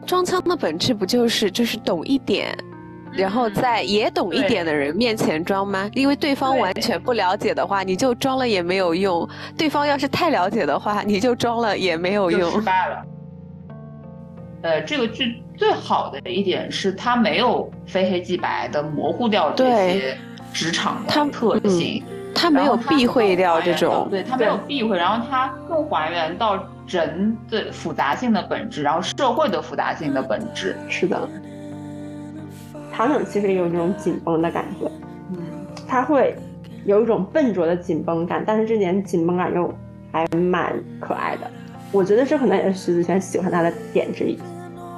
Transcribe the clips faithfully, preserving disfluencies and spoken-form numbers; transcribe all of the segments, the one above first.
装腔的本质不就是就是懂一点，然后在也懂一点的人面前装吗？因为对方完全不了解的话，你就装了也没有用；对方要是太了解的话，你就装了也没有用， 就失败了。呃，这个剧最好的一点是它没有非黑即白的模糊掉这些职场的特性， 它、嗯、没有避讳掉这种， 对，它没有避讳，然后它更还原到人的复杂性的本质，然后社会的复杂性的本质。 是的，唐冷其实也有这种紧绷的感觉， 嗯， 它会有一种笨拙的紧绷感，但是这点紧绷感又还蛮可爱的。我觉得这可能也是徐子轩喜欢他的点之一。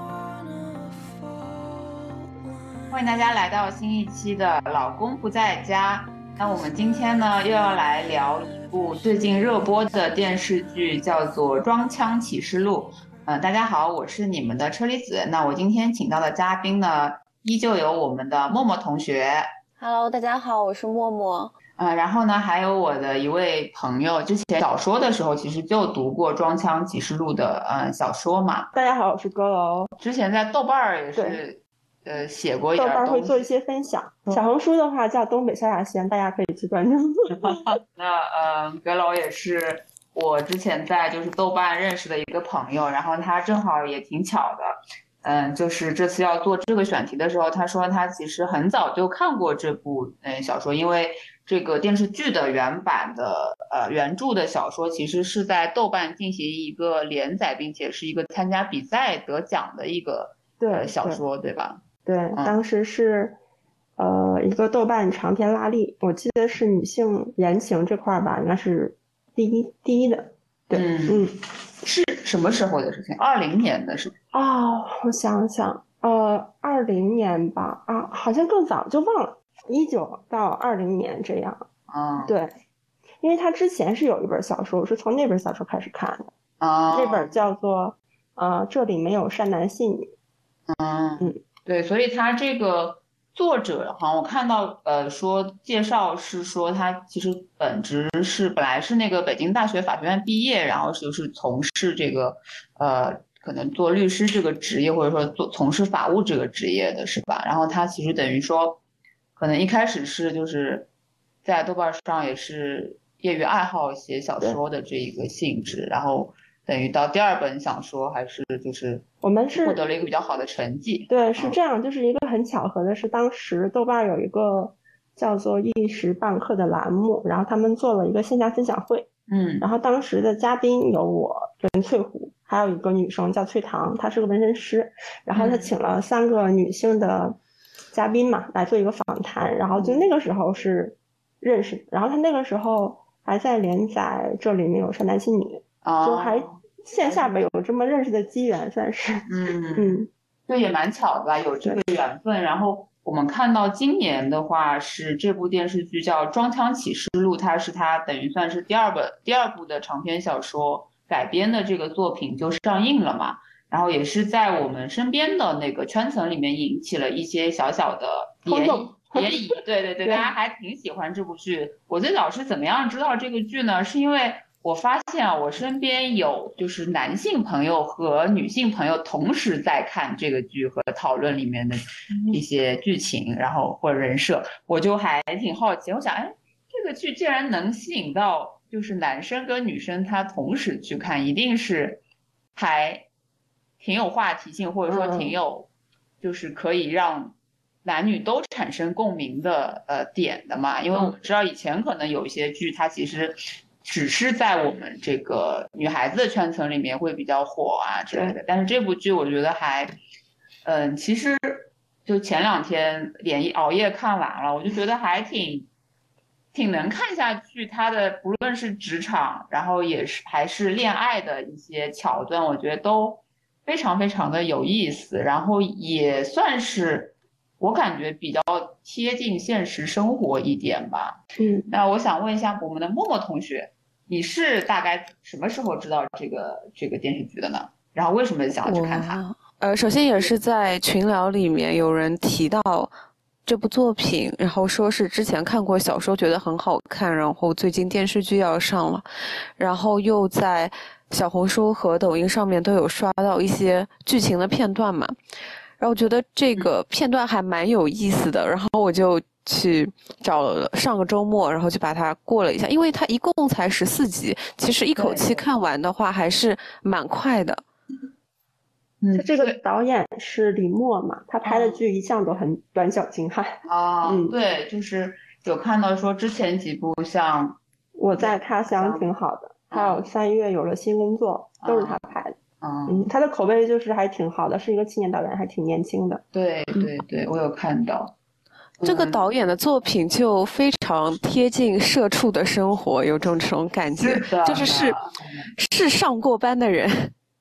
欢迎大家来到新一期的老公不在家。那我们今天呢又要来聊一部最近热播的电视剧，叫做《装腔启示录》。嗯、呃，大家好，我是你们的车厘子。那我今天请到的嘉宾呢，依旧有我们的默默同学。 Hello， 大家好，我是默默。 呃，然后呢，还有我的一位朋友，之前小说的时候其实就读过《装腔启示录》的呃小说嘛。 大家好，我是阁楼。 之前在豆瓣也是呃写过一点豆瓣会做一些分享， 嗯、 小红书的话叫东北萧亚轩，大家可以去关注。 那呃，阁楼也是我之前在就是豆瓣认识的一个朋友，然后他正好也挺巧的。嗯，就是这次要做这个选题的时候，他说他其实很早就看过这部嗯小说，因为这个电视剧的原版的呃原著的小说其实是在豆瓣进行一个连载，并且是一个参加比赛得奖的一个对、 呃、小说， 对, 对吧？ 对、 嗯， 当时是呃一个豆瓣长篇拉力，我记得是女性言情这块吧，应该是第一第一的。对， 嗯嗯， 是什么时候的事情？二零年的是哦，我想想，呃，二零年吧，啊，好像更早，就忘了，一九到二零年这样。 啊、嗯， 对，因为他之前是有一本小说，我是从那本小说开始看的。 啊、 嗯，那本叫做呃，这里没有善男信女。 嗯嗯，对，所以他这个作者好像我看到呃说介绍是说他其实本职是本来是那个北京大学法学院毕业，然后就是从事这个呃可能做律师这个职业，或者说做从事法务这个职业的是吧？然后他其实等于说可能一开始是就是在豆瓣上也是业余爱好写小说的这一个性质，然后等于到第二本小说还是就是我们是获得了一个比较好的成绩。 对，是这样，就是一个很巧合的是，当时豆瓣有一个叫做一时半刻的栏目，然后他们做了一个线下分享会， 嗯， 然后当时的嘉宾有我跟翠湖，还有一个女生叫翠棠，她是个纹身师，然后她请了三个女性的嘉宾嘛来做一个访谈，然后就那个时候是认识，然后她那个时候还在连载这里没有善男信女， 哦， 就还线下没有这么认识的机缘，算是。 嗯嗯， 对，也蛮巧的吧，有这个缘分。然后我们看到今年的话是这部电视剧叫《装腔启示录》，它是它等于算是第二本第二部的长篇小说改编的这个作品就上映了嘛。然后也是在我们身边的那个圈层里面引起了一些小小的涟漪，涟漪。对对对，大家还挺喜欢这部剧。我最早是怎么样知道这个剧呢？是因为我发现啊，我身边有就是男性朋友和女性朋友同时在看这个剧和讨论里面的一些剧情，然后或者人设，我就还挺好奇。我想，哎，这个剧竟然能吸引到就是男生跟女生他同时去看，一定是还挺有话题性，或者说挺有就是可以让男女都产生共鸣的呃点的嘛。因为我知道以前可能有一些剧它其实只是在我们这个女孩子的圈层里面会比较火啊之类的，但是这部剧我觉得还嗯，其实就前两天连夜熬夜看完了，我就觉得还挺挺能看下去。它的不论是职场，然后也是还是恋爱的一些桥段，我觉得都非常非常的有意思，然后也算是我感觉比较贴近现实生活一点吧。 嗯， 那我想问一下我们的默默同学，你是大概什么时候知道这个这个电视剧的呢？然后为什么想要去看它？ 呃，首先也是在群聊里面有人提到这部作品，然后说是之前看过小说觉得很好看，然后最近电视剧要上了，然后又在小红书和抖音上面都有刷到一些剧情的片段嘛，然后我觉得这个片段还蛮有意思的，然后我就去找了上个周末，然后就把它过了一下，因为它一共才十四集，其实一口气看完的话还是蛮快的。 嗯，这个导演是李默嘛，他拍的剧一向都很短小精悍啊。嗯，对，就是有看到说之前几部像我在他乡挺好的，还有三月有了新工作，都是他拍的。嗯，他的口碑就是还挺好的，是一个青年导演，还挺年轻的。 对对对，我有看到。 这个导演的作品就非常贴近社畜的生活，有种这种感觉，就是是是上过班的人。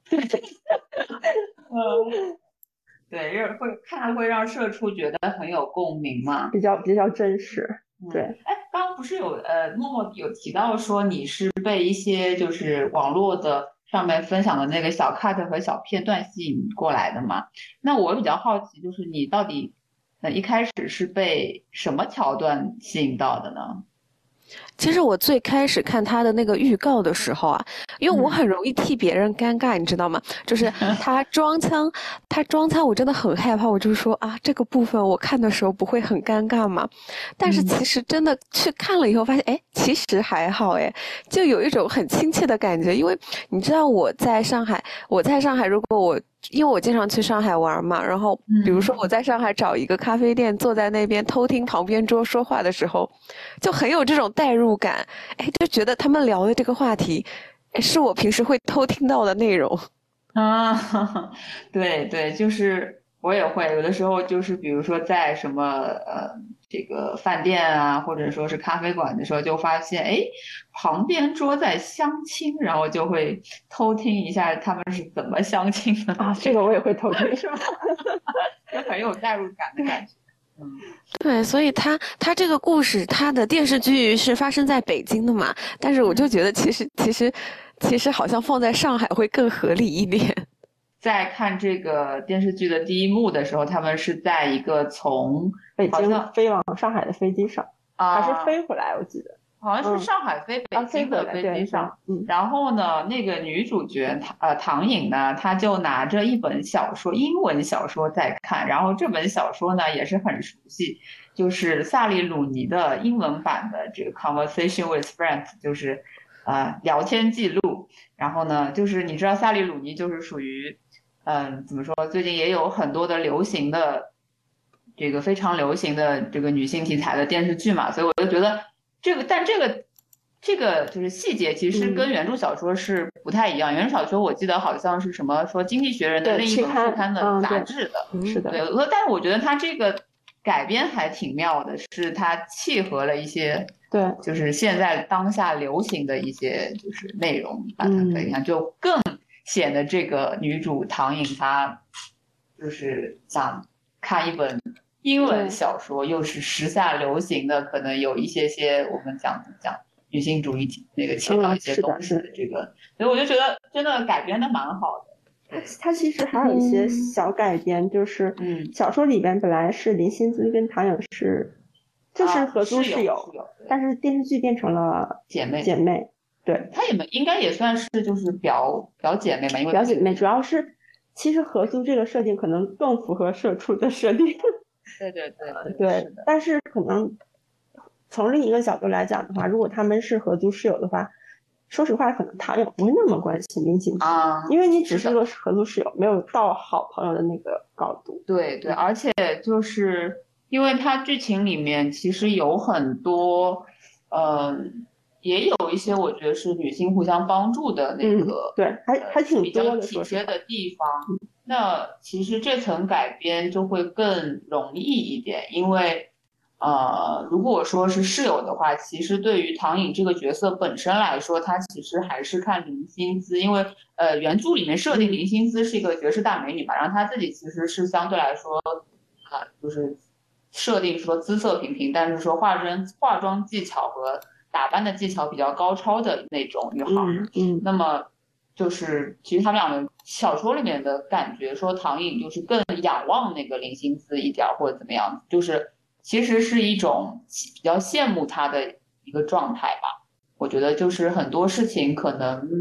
嗯，对，会看会让社畜觉得很有共鸣嘛， 比较比较真实。对， 哎，刚刚不是有呃默默有提到说你是被一些就是网络的上面分享的那个小 cut 和小片段吸引过来的嘛？那我比较好奇，就是你到底呃一开始是被什么桥段吸引到的呢？ 其实我最开始看他的那个预告的时候啊，因为我很容易替别人尴尬，你知道吗？就是他装腔，他装腔，我真的很害怕。我就说啊，这个部分我看的时候不会很尴尬吗？但是其实真的去看了以后，发现哎，其实还好哎，就有一种很亲切的感觉。因为你知道我在上海，我在上海，如果我因为我经常去上海玩嘛，然后比如说我在上海找一个咖啡店，坐在那边偷听旁边桌说话的时候，就很有这种代入感，哎，就觉得他们聊的这个话题，是我平时会偷听到的内容。 啊，对对，就是我也会有的时候，就是比如说在什么呃这个饭店啊，或者说是咖啡馆的时候，就发现哎旁边桌在相亲，然后就会偷听一下他们是怎么相亲的啊。这个我也会偷听，是吧？ 就很有代入感的感觉。嗯， 对，所以他他这个故事，他的电视剧是发生在北京的嘛，但是我就觉得其实其实其实好像放在上海会更合理一点。 在看这个电视剧的第一幕的时候，他们是在一个从北京飞往上海的飞机上， 啊， 还是飞回来？我记得好像是上海飞北京的飞机上。 嗯， 然后呢，那个女主角呃唐颖呢，她就拿着一本小说，英文小说在看，然后这本小说呢也是很熟悉，就是萨利鲁尼的英文版的这个 Conversation with Friends， 就是呃聊天记录。然后呢，就是你知道萨利鲁尼就是属于嗯、呃、怎么说，最近也有很多的流行的这个非常流行的这个女性题材的电视剧嘛，所以我就觉得这个，但这个这个就是细节其实跟原著小说是不太一样。嗯、原著小说我记得好像是什么说《经济学人》的另一本副刊的杂志的， 嗯、是的。 对，但是我觉得它这个改编还挺妙的，是它契合了一些对， 就是现在当下流行的一些就是内容，把它可以看，就更显得这个女主唐颖她就是想看一本英文小说，又是时下流行的，可能有一些些我们讲讲女性主义那个切到一些东西的这个，嗯、所以我就觉得真的改编的蛮好的。 它它其实还有一些小改编，就是嗯， 小说里边本来是林心姿跟唐颖是就是合租室友， 啊、 但是电视剧变成了姐妹姐妹。对， 她也没应该也算是就是表表姐妹嘛，因为表姐妹主要是其实合租这个设定可能更符合社畜的设定。 对对对对， 对是的。 但是可能从另一个角度来讲的话，如果他们是合租室友的话，说实话，可能唐颖不会那么关心林心姿啊， 因为你只是个合租室友，没有到好朋友的那个高度。 对对，而且就是因为它剧情里面其实有很多，呃，也有一些我觉得是女性互相帮助的那个， 嗯、对，还还挺比较体贴的地方。那其实这层改编就会更容易一点，因为呃，如果说是室友的话，其实对于唐颖这个角色本身来说，她其实还是看林心姿，因为呃原著里面设定林心姿是一个绝世大美女嘛，然后她自己其实是相对来说啊、呃，就是设定说姿色平平，但是说化妆化妆技巧和打扮的技巧比较高超的那种女孩。 嗯嗯， 那么就是其实他们两个小说里面的感觉，说唐颖就是更仰望那个林心姿一点或者怎么样，就是其实是一种比较羡慕她的一个状态吧。我觉得就是很多事情可能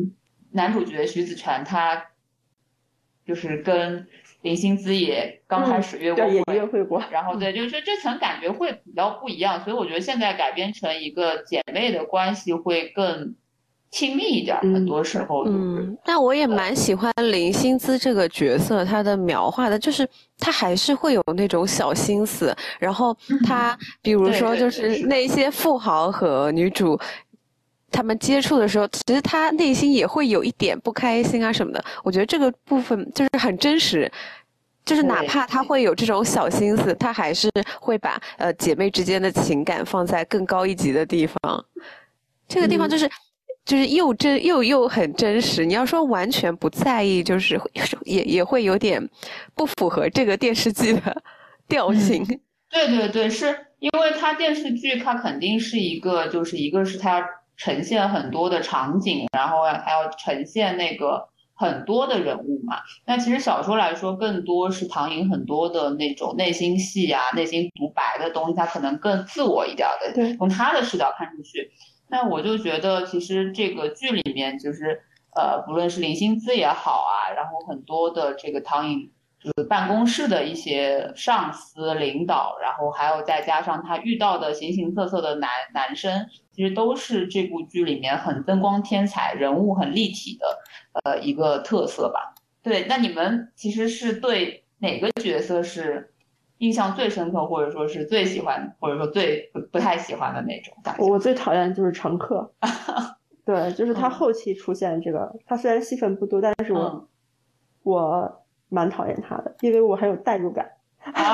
男主角徐子泉他就是跟林心姿也刚开始约过会， 嗯、也约会过， 然后对，就是这层感觉会比较不一样，所以我觉得现在改编成一个姐妹的关系会更亲密一点，嗯、很多时候、就是。 嗯，但我也蛮喜欢林心姿这个角色，她的描画的，就是她还是会有那种小心思，然后她比如说就是那些富豪和女主。他们接触的时候，其实他内心也会有一点不开心啊什么的。我觉得这个部分就是很真实，就是哪怕他会有这种小心思，他还是会把呃姐妹之间的情感放在更高一级的地方。这个地方就是、嗯、就是又真又又很真实。你要说完全不在意，就是也也会有点不符合这个电视剧的调性。 嗯、对对对，是因为它电视剧它肯定是一个，就是一个是它。呈现很多的场景，然后还要呈现那个很多的人物嘛。那其实小说来说，更多是唐寅很多的那种内心戏啊、内心独白的东西，它可能更自我一点的，从他的视角看出去。那我就觉得，其实这个剧里面，就是呃，不论是林心姿也好啊，然后很多的这个唐寅。就是办公室的一些上司领导，然后还有再加上他遇到的形形色色的男男生，其实都是这部剧里面很灯光添彩、人物很立体的呃一个特色吧。对，那你们其实是对哪个角色是印象最深刻，或者说是最喜欢，或者说最不不太喜欢的那种？ 我最讨厌就是乘客。对，就是他后期出现这个，嗯、他虽然戏份不多，但是我、嗯、我。蛮讨厌他的，因为我很有代入感。 啊，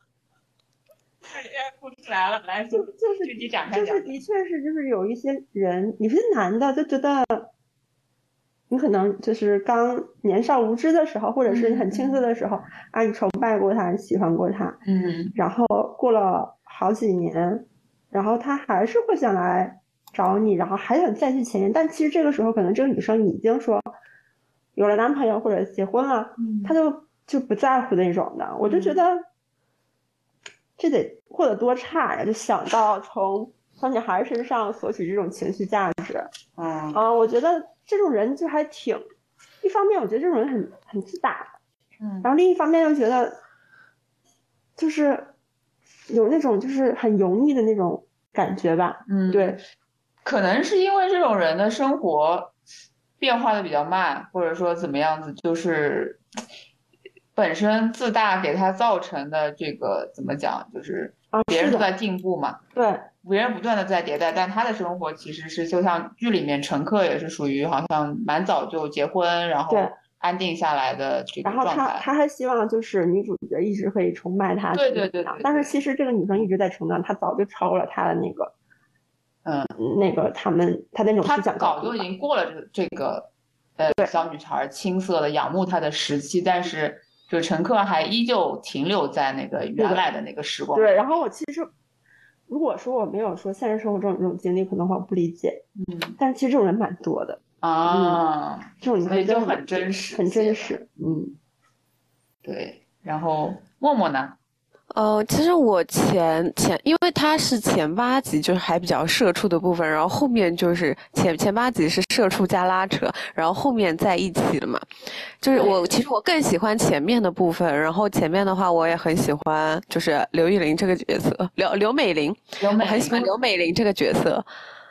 哭出来了，来， 就就是具体展开讲。 就是的确是，就是有一些人，你是男的就觉得，你可能就是刚年少无知的时候，或者是你很青涩的时候，嗯、啊，你崇拜过他，你喜欢过他， 嗯， 然后过了好几年，然后他还是会想来找你，然后还想再续前缘，但其实这个时候可能这个女生已经说。有了男朋友或者结婚了， 嗯、 他就就不在乎那种的，嗯、我就觉得这得过得多差呀！就想到从小女孩身上索取这种情绪价值， 嗯啊，我觉得这种人就还挺，一方面我觉得这种人很很自大， 嗯， 然后另一方面又觉得就是有那种就是很油腻的那种感觉吧， 嗯， 对， 可能是因为这种人的生活。变化的比较慢，或者说怎么样子，就是本身自大给他造成的这个怎么讲，就是别人都在进步嘛， 啊、对， 别人不断的在迭代，但他的生活其实是就像剧里面乘客也是属于好像蛮早就结婚，然后安定下来的这个状态。 然后他他还希望就是女主角一直可以崇拜他， 对对 对, 对, 对, 对。 但是其实这个女生一直在成长，她早就超了她的那个。 嗯， 那个他们他那种他早就已经过了这个这个呃小女孩青涩的仰慕他的时期，但是就乘客还依旧停留在那个原来的那个时光。 对，然后我其实如果说我没有说现实生活中有这种经历，可能我不理解。 嗯， 但是其实这种人蛮多的啊， 嗯、这种人就很真实， 很真实。嗯， 对。然后默默呢？ 呃，其实我前前，因为它是前八集就是还比较社畜的部分，然后后面就是前前八集是社畜加拉扯，然后后面在一起了嘛。就是我其实我更喜欢前面的部分，然后前面的话我也很喜欢，就是刘玉玲这个角色，刘刘美玲， 刘美我很喜欢刘美玲这个角色，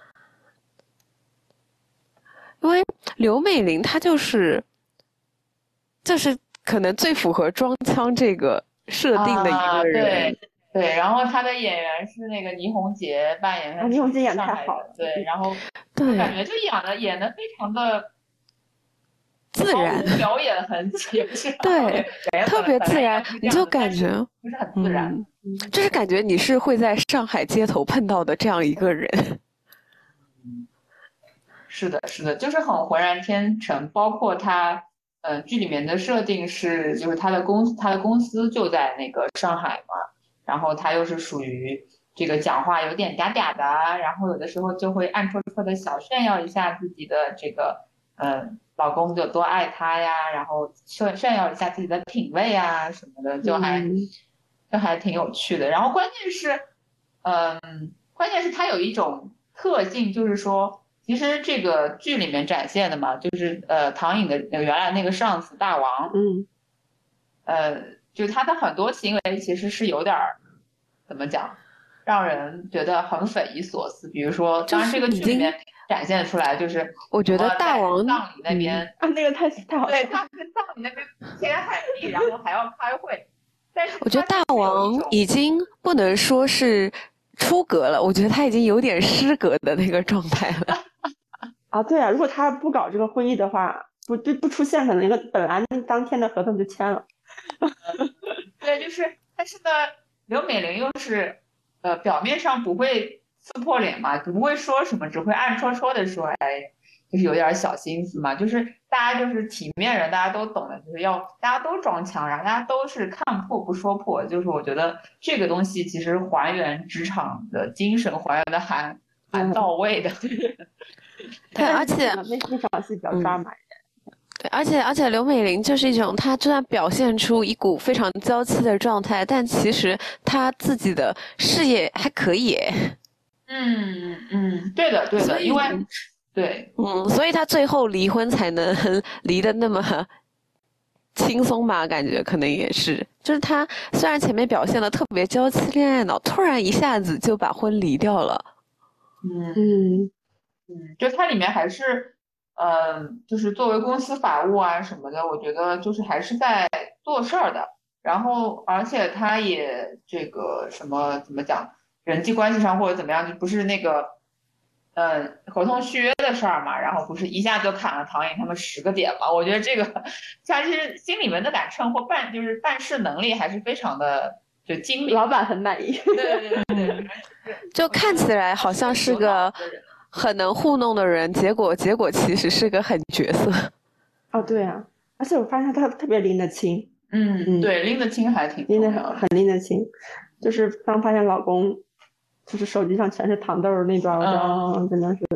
因为刘美玲她就是就是可能最符合装腔这个。设定的一个人， 啊、对对，然后他的演员是那个倪虹洁扮演的， 啊，倪虹洁演太好了， 对，然后对， 感觉就演的演的非常的自然， 表演很对，特别自然，你就感觉不是很自然， 嗯，就是感觉你是会在上海街头碰到的这样一个人。 是的，是的，就是很浑然天成，包括他。呃，剧里面的设定是，就是他的公司，他的公司就在那个上海嘛，然后他又是属于这个讲话有点嗲嗲的，然后有的时候就会暗戳戳的小炫耀一下自己的这个，呃，老公有多爱他呀，然后炫炫耀一下自己的品味啊什么的，就还、嗯、就还挺有趣的。然后关键是，嗯，关键是他有一种特性，就是说。 其实这个剧里面展现的嘛，就是呃唐颖的那个原来那个上司大王， 嗯， 呃，就他的很多行为其实是有点儿怎么讲，让人觉得很匪夷所思。比如说，当然这个剧里面展现出来，就是我觉得大王葬礼那边、 嗯、啊，那个太太好对，他们葬礼那边天海地，然后还要开会。但是我觉得大王已经不能说是出格了，我觉得他已经有点失格的那个状态了。 啊，对啊，如果他不搞这个会议的话，不不不出现，可能那个本来当天的合同就签了。 对，就是，但是呢，刘美玲又是，呃，表面上不会撕破脸嘛，就不会说什么，只会暗戳戳的说，哎，就是有点小心思嘛，就是大家就是体面人，大家都懂的，就是要大家都装腔，然后大家都是看破不说破，就是我觉得这个东西其实还原职场的精神，还原的还蛮到位的。 对，而且那那场戏比较抓马。 嗯，对，而且而且刘美玲就是一种，她就算表现出一股非常娇气的状态，但其实她自己的事业还可以。 嗯嗯，对的对的，因为对， 嗯，所以她最后离婚才能离得那么轻松吧？感觉可能也是，就是她虽然前面表现的特别娇气恋爱脑，突然一下子就把婚离掉了。 嗯嗯。嗯，就它里面还是，呃，就是作为公司法务啊什么的，我觉得就是还是在做事儿的。然后，而且他也这个什么怎么讲，人际关系上或者怎么样，就不是那个，呃，合同续约的事儿嘛。然后不是一下就砍了唐颖他们十个点嘛？我觉得这个，他其实心里面的杆秤或办就是办事能力还是非常的就精明。 老板很满意。 对对对对对， 就看起来好像是个很能糊弄的人，结果结果其实是个狠角色。 哦，对啊，而且我发现他特别拎得清。 嗯嗯，对，拎得清还挺拎得很很拎得清，就是当发现老公就是手机上全是糖豆那段，我觉得、嗯、真的是。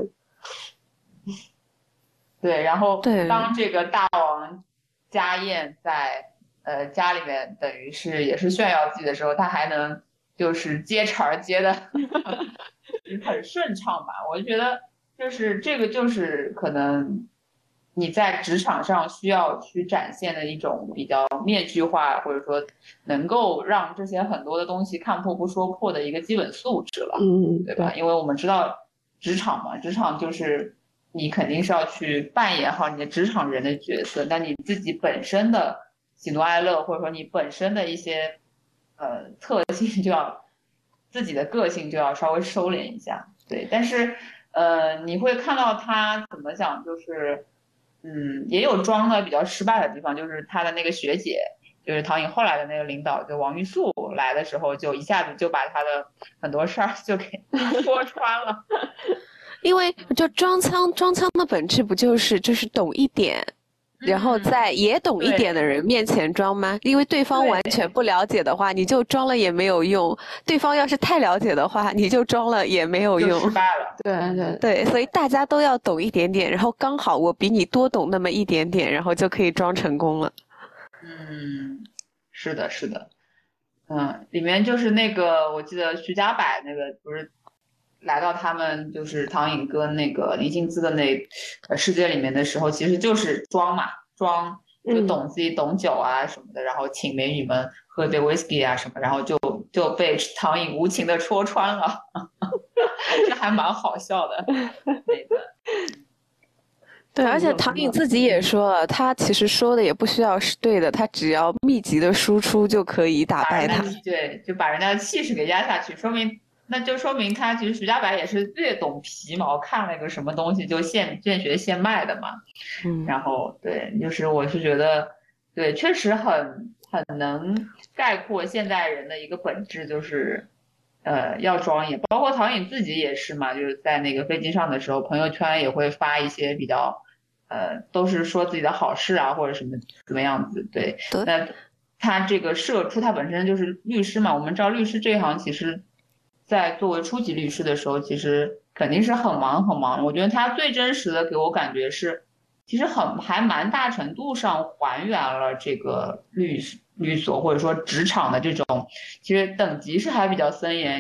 对，然后当这个大王家宴在呃家里面等于是也是炫耀自己的时候，他还能就是接茬儿接的很顺畅吧。我就觉得就是这个就是可能你在职场上需要去展现的一种比较面具化，或者说能够让这些很多的东西看破不说破的一个基本素质了， 嗯， 对吧？对，因为我们知道职场嘛，职场就是你肯定是要去扮演好你的职场人的角色，但你自己本身的喜怒哀乐，或者说你本身的一些呃特性，就要自己的个性就要稍微收敛一下，对。但是呃，你会看到他怎么讲，就是嗯，也有装的比较失败的地方，就是他的那个学姐，就是唐颖后来的那个领导，就王玉素来的时候，就一下子就把他的很多事儿就给戳穿了。 因为就装腔，装腔的本质不就是就是懂一点，然后在也懂一点的人面前装吗？因为对方完全不了解的话，你就装了也没有用；对方要是太了解的话，你就装了也没有用， 就失败了。 对对对，所以大家都要懂一点点，然后刚好我比你多懂那么一点点，然后就可以装成功了。 嗯，是的，是的，嗯，里面就是那个，我记得徐家柏那个不是。来到他们就是唐颖跟那个林心姿的那呃世界里面的时候，其实就是装嘛，装就懂自己懂酒啊什么的，嗯、然后请美女们喝杯 whisky 啊什么，然后就就被唐颖无情的戳穿了，这还蛮好笑的那个。 对，而且唐颖自己也说了，他其实说的也不需要是对的，他只要密集的输出就可以打败他。 对，就把人家的气势给压下去，说明。那就说明他其实徐家柏也是略懂皮毛，看了个什么东西就现现学现卖的嘛。 嗯， 然后对，就是我是觉得，对，确实很很能概括现代人的一个本质，就是呃要装，也包括唐颖自己也是嘛，就是在那个飞机上的时候，朋友圈也会发一些比较呃都是说自己的好事啊或者什么怎么样子。对， 对那他这个社畜，他本身就是律师嘛，我们知道律师这一行其实。在作为初级律师的时候，其实肯定是很忙很忙。我觉得他最真实的给我感觉是，其实很还蛮大程度上还原了这个律律所或者说职场的这种，其实等级是还比较森严。你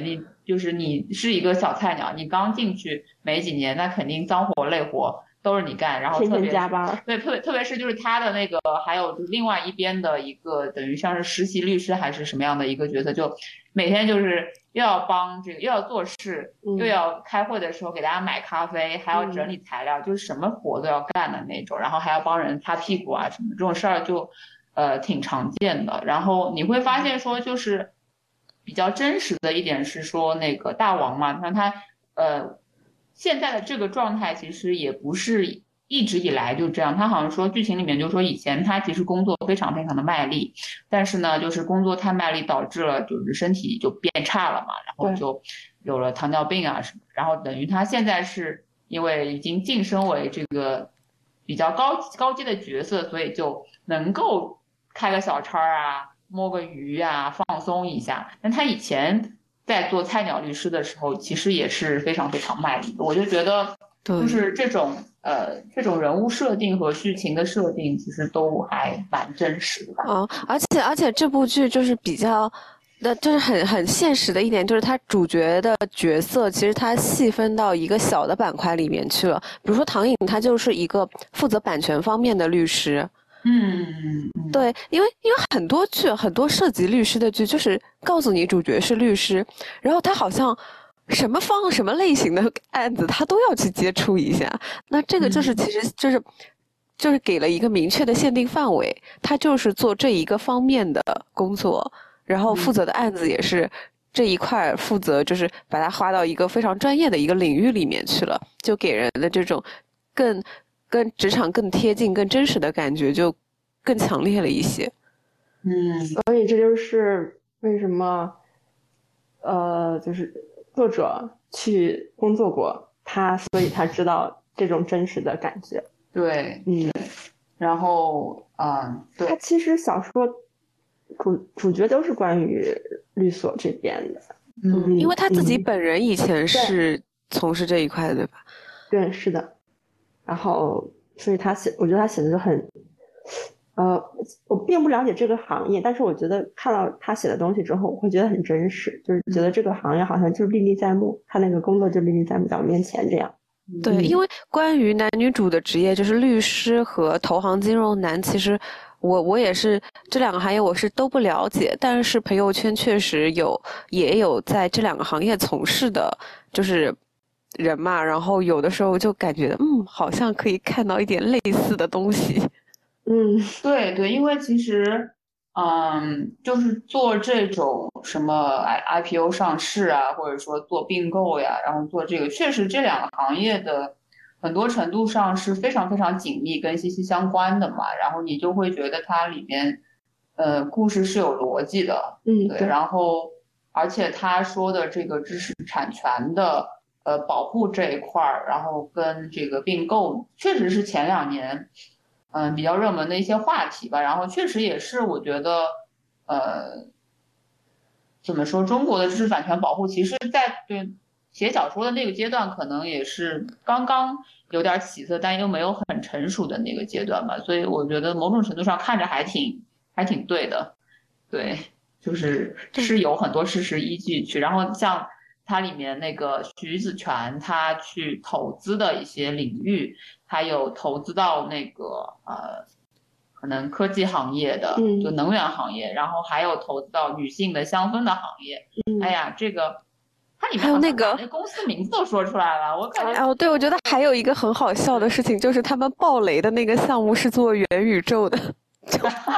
就是你是一个小菜鸟，你刚进去没几年，那肯定脏活累活都是你干，然后特别天天加班， 对，特别特别是就是他的那个，还有就是另外一边的一个等于像是实习律师还是什么样的一个角色，就每天就是又要帮这个又要做事， 嗯、 又要开会的时候给大家买咖啡，还要整理材料，嗯、就是什么活都要干的那种，然后还要帮人擦屁股啊什么这种事儿就呃挺常见的。然后你会发现说就是比较真实的一点是说那个大王嘛，那他呃现在的这个状态其实也不是一直以来就这样，他好像说剧情里面就说以前他其实工作非常非常的卖力，但是呢就是工作太卖力导致了就是身体就变差了嘛，然后就有了糖尿病啊什么，然后等于他现在是因为已经晋升为这个比较高高阶的角色，所以就能够开个小差啊，摸个鱼啊，放松一下。但他以前在做菜鸟律师的时候，其实也是非常非常卖力的。我就觉得，就是这种呃这种人物设定和剧情的设定，其实都还蛮真实的吧。 哦，而且而且这部剧就是比较。那就是很很现实的一点，就是他主角的角色其实他细分到一个小的板块里面去了。比如说唐颖，他就是一个负责版权方面的律师。 嗯， 对，因为因为很多剧很多涉及律师的剧，就是告诉你主角是律师，然后他好像什么方什么类型的案子他都要去接触一下。那这个就是其实就是、嗯、就是给了一个明确的限定范围，他就是做这一个方面的工作。然后负责的案子也是这一块负责，就是把它划到一个非常专业的一个领域里面去了，就给人的这种更跟职场更贴近、更真实的感觉就更强烈了一些。 嗯，所以这就是为什么，呃，就是作者去工作过他，所以他知道这种真实的感觉。 对，嗯，然后啊、嗯，对， 他其实小说。主主角都是关于律所这边的， 嗯，因为他自己本人以前是从事这一块的，对吧？ 对，是的。然后，所以他写，我觉得他写的就很，呃，我并不了解这个行业，但是我觉得看到他写的东西之后，我会觉得很真实，就是觉得这个行业好像就是历历在目，他那个工作就历历在目在我面前这样。 对，因为关于男女主的职业，就是律师和投行金融男，其实。我我也是这两个行业我是都不了解，但是朋友圈确实有也有在这两个行业从事的，就是人嘛，然后有的时候就感觉嗯，好像可以看到一点类似的东西。 嗯，对对，因为其实嗯，就是做这种什么 I P O 上市啊，或者说做并购呀，然后做这个，确实这两个行业的。很多程度上是非常非常紧密跟息息相关的嘛，然后你就会觉得它里面，呃，故事是有逻辑的， 嗯， 对，然后而且他说的这个知识产权的呃保护这一块儿，然后跟这个并购，确实是前两年，嗯、呃，比较热门的一些话题吧，然后确实也是我觉得，呃，怎么说，中国的知识产权保护，其实在对。写小说的那个阶段，可能也是刚刚有点起色，但又没有很成熟的那个阶段吧，所以我觉得某种程度上看着还挺还挺对的，对，就是是有很多事实依据去，然后像它里面那个徐子泉他去投资的一些领域，还有投资到那个呃可能科技行业的，就能源行业，然后还有投资到女性的香氛的行业，哎呀，这个。它里面还有那个那公司名字都说出来了，我感觉哦，对，我觉得还有一个很好笑的事情，就是他们爆雷的那个项目是做元宇宙的，就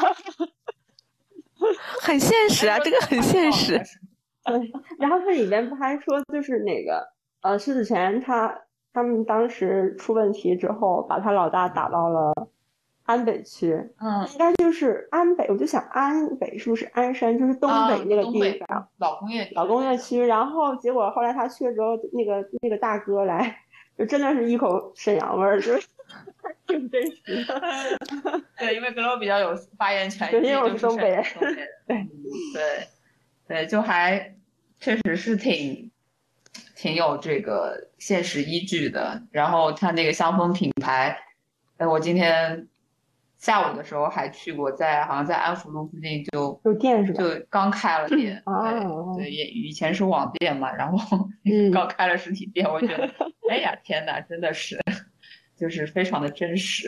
很现实啊，这个很现实。 对，然后它里面不还说就是那个呃，徐子泉他他们当时出问题之后，把他老大打到了安北区， 嗯， 应该就是安北，我就想安北是不是鞍山，就是东北那个地方， 啊、老工业老工业区。然后结果后来他去了之后，那个那个大哥来，就真的是一口沈阳味儿，就是挺真实的。 对，因为格罗比较有发言权， 对，因为我是东北人。 对对对，就还确实是挺挺有这个现实依据的。然后他那个香氛品牌，哎，我今天。 下午的时候还去过，在好像在安福路附近就有店是吧？ 就刚开了店， 啊， 对对，也以前是网店嘛，然后嗯刚开了实体店，我觉得，哎呀天哪，真的是，就是非常的真实。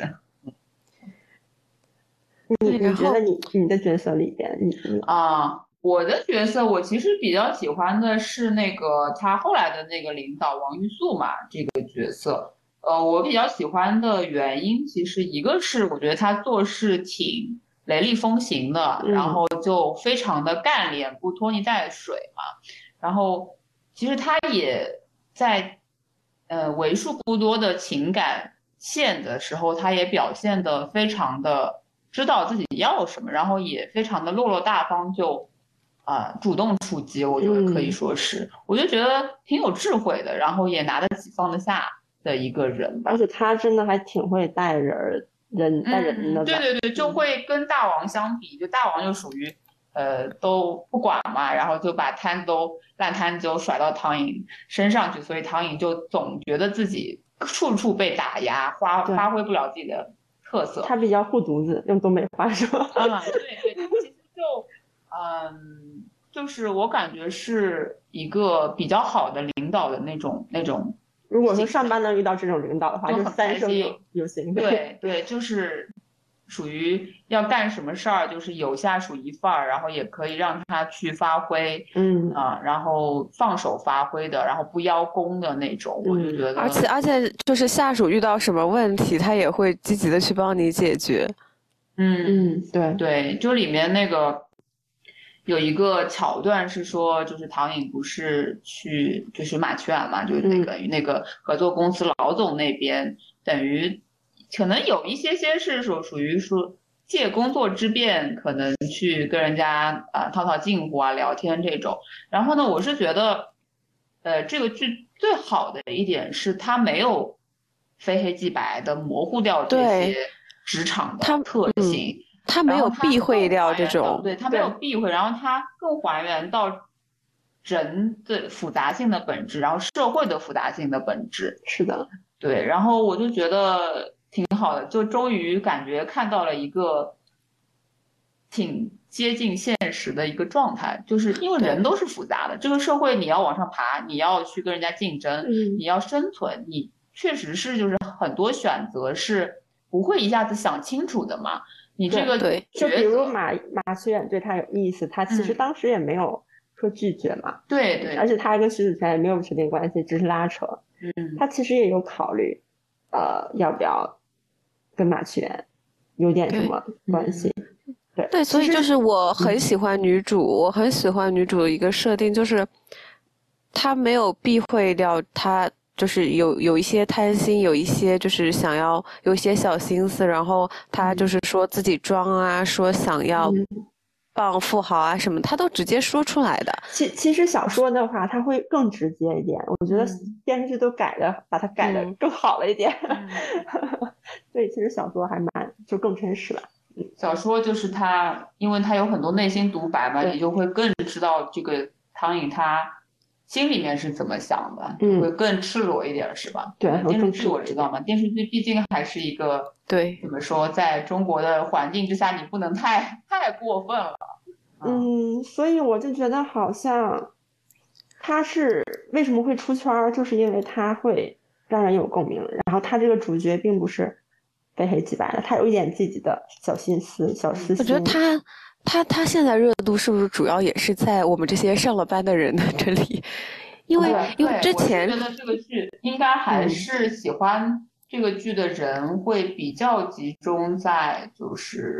你你觉得你你的角色里边，你你啊，我的角色我其实比较喜欢的是那个他后来的那个领导王玉素嘛，这个角色。呃，我比较喜欢的原因，其实一个是我觉得他做事挺雷厉风行的， 嗯然后就非常的干练，不拖泥带水嘛。然后其实他也在呃为数不多的情感线的时候，他也表现得非常的知道自己要什么，然后也非常的落落大方就，啊、呃主动出击，我觉得可以说是，嗯、我就觉得挺有智慧的，然后也拿得起放得下的一个人吧。 而且他真的还挺会带人人带人的吧？ 嗯，对对对，就会跟大王相比，就大王就属于呃都不管嘛，然后就把摊子都烂摊子都甩到唐颖身上去，所以唐颖就总觉得自己处处被打压，发发挥不了自己的特色。 他比较护犊子，用东北话说。 啊，对对，他其实就嗯，就是我感觉是一个比较好的领导的那种那种。 如果说上班能遇到这种领导的话，就三生有有幸。 对对，就是属于要干什么事儿，就是有下属一份儿，然后也可以让他去发挥， 嗯啊，然后放手发挥的，然后不邀功的那种，我就觉得。 而且而且就是下属遇到什么问题，他也会积极的去帮你解决。 嗯嗯，对对，就里面那个。有一个桥段是说，就是唐颖不是去就是马曲婉嘛，就是那个、嗯、那个合作公司老总那边，等于可能有一些些是属属于说借工作之便，可能去跟人家啊、呃、套套近乎啊聊天这种。然后呢，我是觉得，呃，这个剧最好的一点是它没有非黑即白的模糊掉这些职场的特性。 他没有避讳掉这种， 对，他没有避讳，然后他更还原到人的复杂性的本质，然后社会的复杂性的本质。 是的， 对，然后我就觉得挺好的，就终于感觉看到了一个挺接近现实的一个状态，就是因为人都是复杂的，这个社会你要往上爬，你要去跟人家竞争， 嗯、 你要生存，你确实是就是很多选择是不会一下子想清楚的嘛。你这个对，就比如马马曲远对他有意思，他其实当时也没有说拒绝嘛。 嗯、对对， 而且他跟徐子泉也没有确定关系，只是拉扯。 嗯， 他其实也有考虑，呃，要不要跟马曲远有点什么关系。对对，所以就是我很喜欢女主，嗯、我很喜欢女主的一个设定，就是她没有避讳掉她。就是有有一些贪心，有一些就是想要有一些小心思，然后他就是说自己装啊，嗯、说想要傍富豪啊什么，他都直接说出来的。 其其实小说的话，他会更直接一点，我觉得电视剧都改的，把它改的更好了一点。嗯、所以其实小说还蛮就更真实了。 小说就是他，因为他有很多内心独白嘛，你就会更知道这个唐颖他。心里面是怎么想的，嗯、会更赤裸一点，是吧？ 对， 电视剧我知道嘛，电视剧毕竟还是一个对， 怎么说，在中国的环境之下，你不能太太过分了。 嗯，所以我就觉得好像他是为什么会出圈，就是因为他会让人有共鸣，然后他这个主角并不是非黑即白的，他有一点自己的小心思、小私心。 我觉得他。他他现在热度是不是主要也是在我们这些上了班的人的这里？因为因为之前我觉得这个剧应该还是喜欢这个剧的人会比较集中在就是，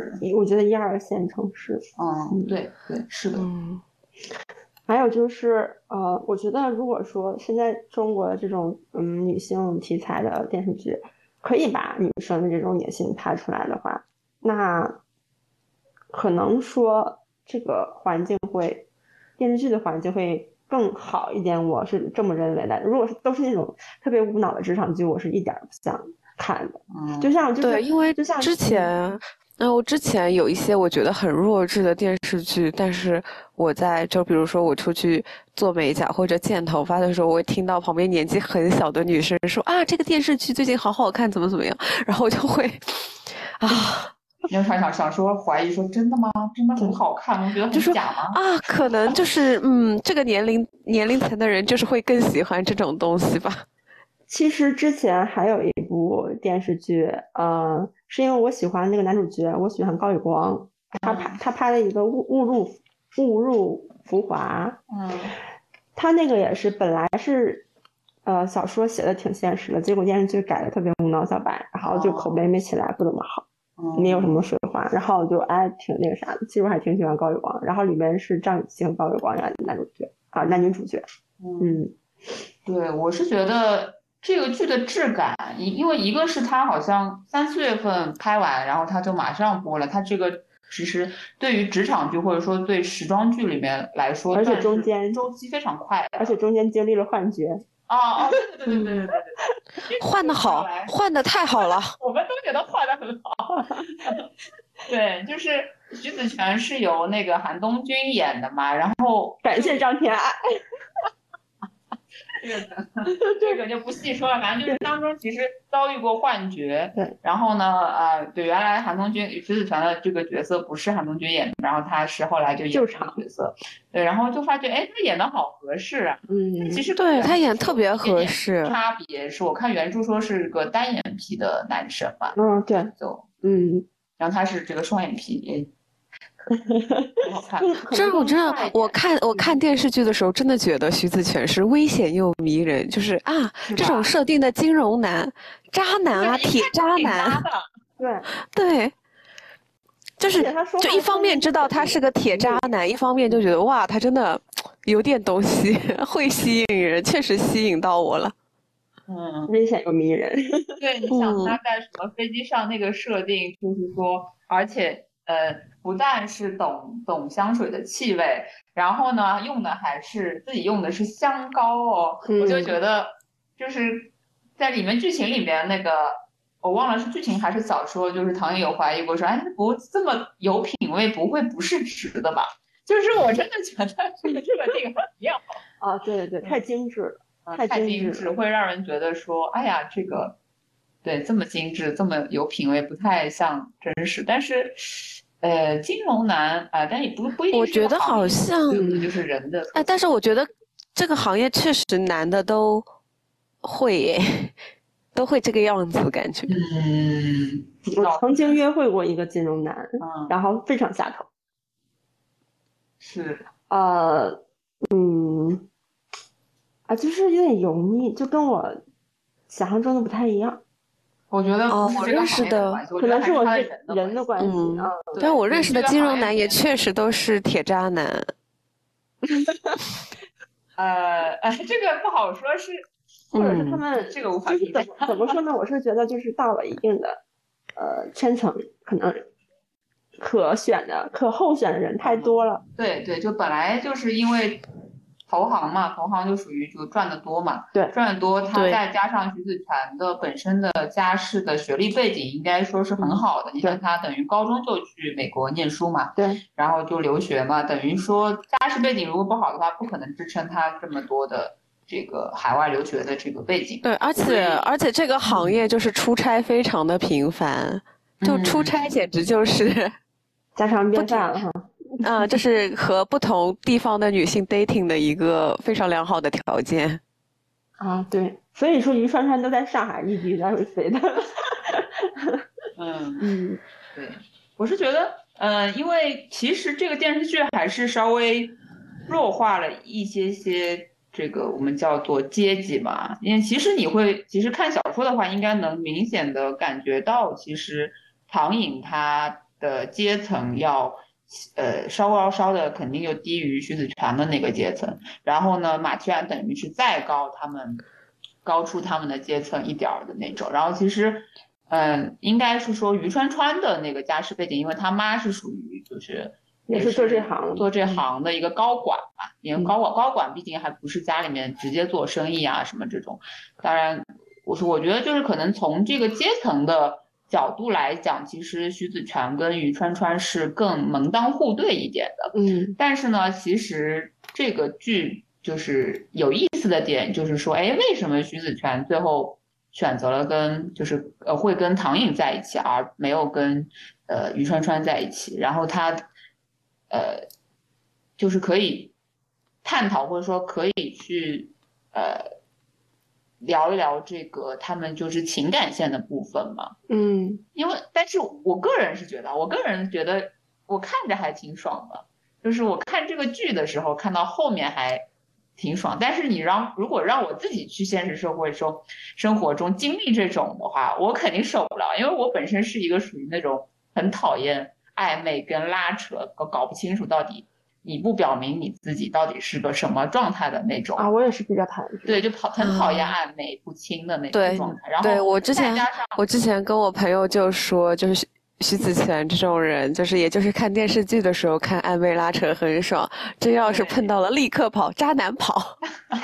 我觉得一二线城市。 嗯，对对，是的。 嗯，还有就是呃，我觉得如果说现在中国的这种嗯女性题材的电视剧，可以把女生的这种野心拍出来的话，那。可能说这个环境会，电视剧的环境会更好一点，我是这么认为的。如果是都是那种特别无脑的职场剧，我是一点不想看的。嗯，就像就是对，因为就像之前，然后之前有一些我觉得很弱智的电视剧，但是我在就比如说我出去做美甲或者剪头发的时候，我会听到旁边年纪很小的女生说啊，这个电视剧最近好好看，怎么怎么样，然后我就会啊。 因为他想想说怀疑说真的吗？真的很好看吗？觉得很假吗？ 啊，可能就是嗯，这个年龄年龄层的人就是会更喜欢这种东西吧。 其实之前还有一部电视剧，呃，是因为我喜欢那个男主角，我喜欢高宇光，他拍他拍了一个误误入误入浮华， 嗯， 他那个也是本来是呃小说写的挺现实的，结果电视剧改的特别无脑小白，然后就口碑没起来，不怎么好， 嗯、 没有什么水花，然后我就哎挺那个啥的，其实我还挺喜欢高宇光，然后里面是张雨绮和高宇光演的男主角啊、男女主角， 嗯， 嗯， 对，我是觉得。这个剧的质感，因因为一个是它好像三四月份拍完，然后它就马上播了。它这个其实对于职场剧或者说对时装剧里面来说， 而且中间周期非常快的， 而且中间经历了换角。 哦哦，对对对对对对对对， 换的好，换的太好了， 我们都觉得换的很好。对，就是徐子泉是由那个韩东君演的嘛，然后感谢张天爱。 这个这个就不细说了，反正就是当中其实遭遇过幻觉， 对， 然后呢，啊、呃，对，原来韩东君徐子泉的这个角色不是韩东君演的，然后他是后来就演这个角色，对，然后就发觉，哎，他演的好合适啊， 嗯， 其实对他演特别合适， 差别是我看原著说是个单眼皮的男生嘛， 嗯，对， 就嗯， 然后他是这个双眼皮，也。很好看， 真的，我真的，我看我看电视剧的时候，真的觉得徐子泉是危险又迷人，就是啊，这种设定的金融男、渣男啊，铁渣男， 对对，就是就一方面知道他是个铁渣男，一方面就觉得哇，他真的有点东西，会吸引人，确实吸引到我了。 嗯， 危险又迷人。 对，你想他在什么飞机上那个设定，就是说，而且呃。不但是懂懂香水的气味，然后呢，用的还是自己用的是香膏哦， 嗯、 我就觉得就是在里面剧情里面那个我忘了是剧情还是小说，就是唐嫣有怀疑过说，哎，不这么有品味，不会不是直的吧？就是我真的觉得这个这个定很妙啊，对对对，太精致了， 嗯、 太精致， 致会让人觉得说，哎呀，这个对这么精致，这么有品味，不太像真实，但是。呃，金融男啊、呃，但也不不一定是。 我觉得好像就是人的。 哎，但是我觉得这个行业确实男的都会耶，都会这个样子感觉。 嗯， 我曾经约会过一个金融男， 嗯、 然后非常下头。 是。 呃，嗯，啊，就是有点油腻，就跟我想象中的不太一样。 我觉得哦，我认识的可能是我是人的关系。 嗯， 嗯但我认识的金融男也确实都是铁渣男。 呃呃，这个不好说，是或者是他们、 嗯、这个无法评价。怎么说呢？我是觉得就是到了一定的呃圈层，可能可选的、可候选的人太多了。 嗯、对对，就本来就是因为。投行嘛，投行就属于就赚得多嘛， 对， 赚得多，他再加上徐子泉的本身的家世的学历背景，应该说是很好的。 嗯、 你看他等于高中就去美国念书嘛， 对， 然后就留学嘛，等于说家世背景如果不好的话，不可能支撑他这么多的这个海外留学的这个背景。 对，而且而且这个行业就是出差非常的频繁，嗯、就出差简直就是家常便饭了哈。 啊、呃，这是和不同地方的女性 dating 的一个非常良好的条件啊，对，所以说于川川都在上海异地来回飞的。 嗯嗯， 对，我是觉得，呃，因为其实这个电视剧还是稍微弱化了一些些这个我们叫做阶级嘛，因为其实你会，其实看小说的话，应该能明显的感觉到，其实唐颖她的阶层要。呃，稍高稍的肯定就低于徐子泉的那个阶层，然后呢，马提然等于是再高他们高出他们的阶层一点的那种，然后其实，嗯、呃，应该是说于川川的那个家世背景，因为他妈是属于就是也是做这行做这行的一个高管嘛，因为高管高管毕竟还不是家里面直接做生意啊什么这种，当然，我说我觉得就是可能从这个阶层的。角度来讲，其实徐子泉跟于川川是更门当户对一点的。 嗯， 但是呢，其实这个剧就是有意思的点，就是说，哎，为什么徐子泉最后选择了跟就是呃会跟唐颖在一起，而没有跟呃于川川在一起，然后他呃就是可以探讨或者说可以去呃聊一聊这个他们就是情感线的部分嘛。 嗯， 因为但是我个人是觉得，我个人觉得我看着还挺爽的，就是我看这个剧的时候看到后面还挺爽。但是你让如果让我自己去现实社会中生活中经历这种的话，我肯定受不了，因为我本身是一个属于那种很讨厌暧昧跟拉扯搞搞不清楚到底你不表明你自己到底是个什么状态的那种啊，我也是比较讨厌。 对，就跑很讨厌暧昧不清的那种对状态。然后对我之前再加上我之前跟我朋友就说，就是徐徐子泉这种人，就是也就是看电视剧的时候看暧昧拉扯很爽，真要是碰到了立刻跑，渣男跑。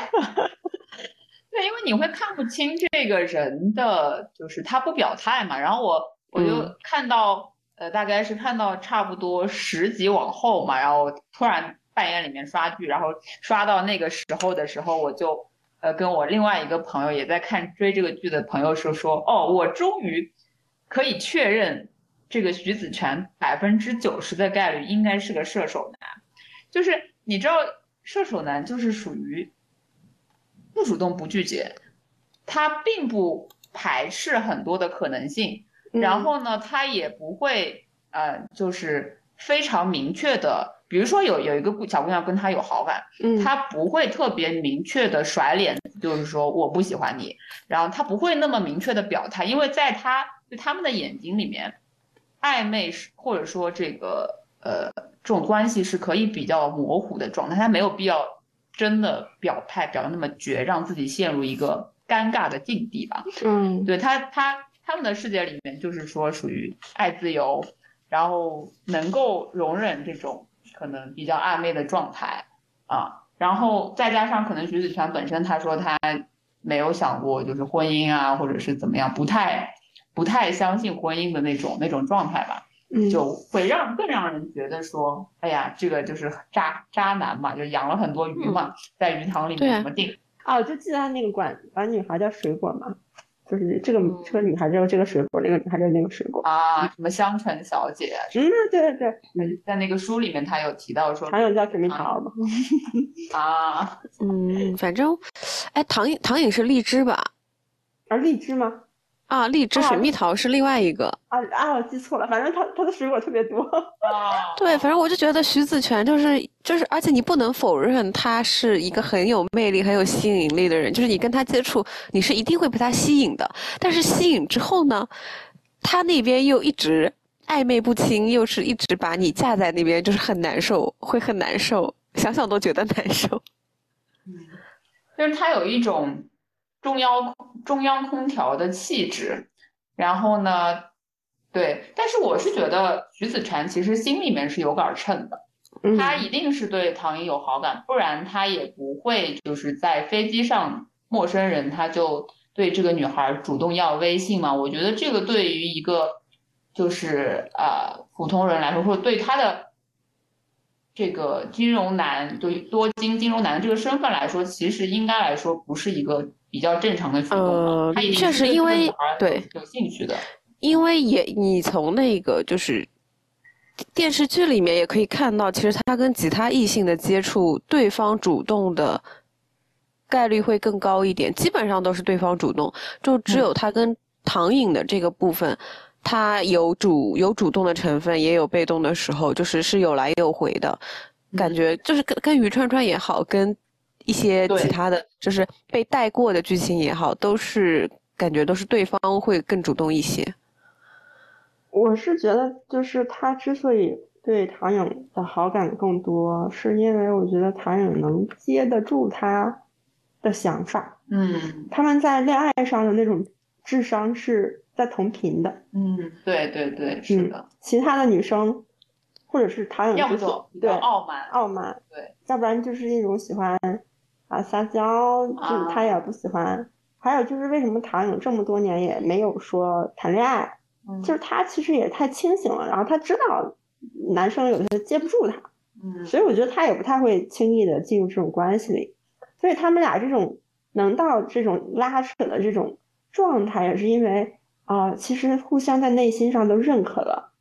对，因为你会看不清这个人的，就是他不表态嘛。然后我我就看到，嗯、呃，大概是看到差不多十集往后嘛，然后突然半夜里面刷剧，然后刷到那个时候的时候，我就呃跟我另外一个朋友也在看追这个剧的朋友说说，哦，我终于可以确认这个徐子泉百分之九十的概率应该是个射手男，就是你知道射手男就是属于。不主动不拒绝，他并不排斥很多的可能性， 嗯、 然后呢，他也不会呃，就是非常明确的，比如说有有一个小姑娘跟他有好感， 嗯， 他不会特别明确的甩脸，就是说我不喜欢你，然后他不会那么明确的表态，因为在他对他们的眼睛里面，暧昧是或者说这个呃这种关系是可以比较模糊的状态，他没有必要。真的表态表的那么绝，让自己陷入一个尴尬的境地吧。 嗯， 对他他他们的世界里面就是说属于爱自由，然后能够容忍这种可能比较暧昧的状态啊，然后再加上可能徐子泉本身他说他没有想过就是婚姻啊，或者是怎么样，不太不太相信婚姻的那种那种状态吧。就会让更让人觉得说，哎呀，这个就是渣渣男嘛，就养了很多鱼嘛，嗯、在鱼塘里面怎么定？ 啊，我就记得他那个管管女孩叫水果嘛，就是这个、嗯、这个女孩叫这个水果，那个女孩叫那个水果啊，什么香橙小姐？ 嗯，对对对， 在那个书里面他有提到说， 还有叫水蜜桃嘛。 啊， 嗯，反正，哎，糖影糖影是荔枝吧？ 啊，荔枝吗？ 啊，荔枝水蜜桃是另外一个啊啊！我记错了，反正它它的水果特别多。 啊， 对，反正我就觉得徐子泉就是就是，而且你不能否认他是一个很有魅力、很有吸引力的人，就是你跟他接触，你是一定会被他吸引的。但是吸引之后呢，他那边又一直暧昧不清，又是一直把你架在那边，就是很难受，会很难受，想想都觉得难受。 嗯，就是他有一种。中央中央空调的气质，然后呢，对，但是我是觉得徐子泉其实心里面是有杆秤的， 嗯、 他一定是对唐颖有好感，不然他也不会就是在飞机上陌生人他就对这个女孩主动要微信嘛。我觉得这个对于一个就是呃普通人来说，或者对他的这个金融男，对多金金融男这个身份来说，其实应该来说不是一个。比较正常的举动嘛， 呃，确实，因为对有兴趣的， 因为也你从那个就是电视剧里面也可以看到，其实他跟其他异性的接触，对方主动的概率会更高一点，基本上都是对方主动，就只有他跟唐颖的这个部分，他有主有主动的成分，也有被动的时候，就是是有来有回的，感觉就是跟跟于川川也好，跟。一些其他的就是被带过的剧情也好，都是感觉都是对方会更主动一些。 我是觉得，就是他之所以对唐颖的好感更多，是因为我觉得唐颖能接得住他的想法。 嗯， 他们在恋爱上的那种智商是在同频的。 嗯，对对对，是的。 嗯、其他的女生，或者是唐颖， 要不就比较傲慢， 傲慢， 对， 要不然就是那种喜欢。啊，撒娇，就是他也不喜欢。啊、还有就是为什么唐颖这么多年也没有说谈恋爱， 嗯、 就是他其实也太清醒了，然后他知道男生有的接不住他， 嗯， 所以我觉得他也不太会轻易的进入这种关系里。所以他们俩这种能到这种拉扯的这种状态，也是因为啊、呃，其实互相在内心上都认可了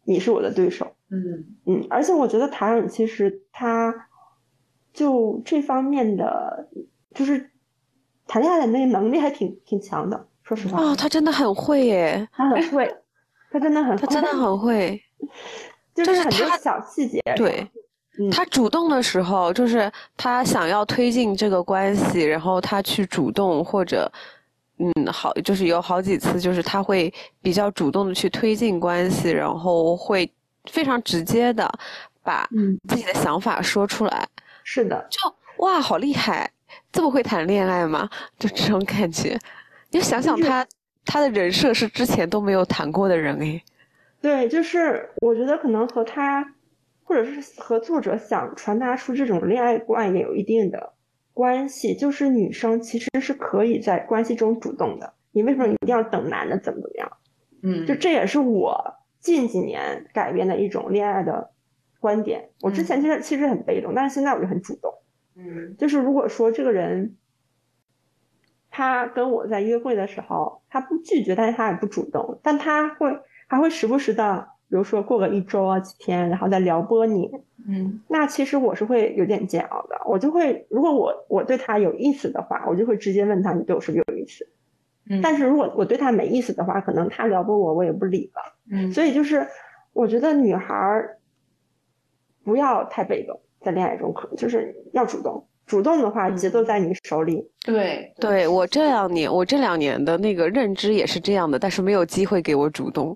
你是我的对手。 嗯嗯，而且我觉得谭勇其实他就这方面的就是谈恋爱的那个能力还挺挺强的，说实话。 哦，他真的很会耶， 他很会，他真的很会， 他真的很会， 就是很多他小细节上。 对。 嗯， 他主动的时候，就是他想要推进这个关系，然后他去主动，或者，嗯，好，就是有好几次，就是他会比较主动的去推进关系，然后会非常直接的把自己的想法说出来。 嗯、是的， 就哇，好厉害，这么会谈恋爱吗？就这种感觉。你就想想他，他的人设是之前都没有谈过的人诶。 对，就是我觉得可能和他。或者是和作者想传达出这种恋爱观也有一定的关系，就是女生其实是可以在关系中主动的，你为什么一定要等男的怎么怎么样？ 嗯， 就这也是我近几年改变的一种恋爱的观点。我之前其实其实很被动，但是现在我就很主动。 嗯， 就是如果说这个人他跟我在约会的时候，他不拒绝，但是他也不主动，但他会还会时不时的。比如说过个一周啊几天，然后再撩拨你， 嗯， 那其实我是会有点煎熬的。我就会，如果我我对他有意思的话，我就会直接问他你对我是不是有意思。 嗯， 但是如果我对他没意思的话，可能他撩拨我，我也不理了。 嗯， 所以就是我觉得女孩不要太被动，在恋爱中可就是要主动。主动的话，节奏在你手里。 嗯、对， 对我这两年，我这两年的那个认知也是这样的，但是没有机会给我主动。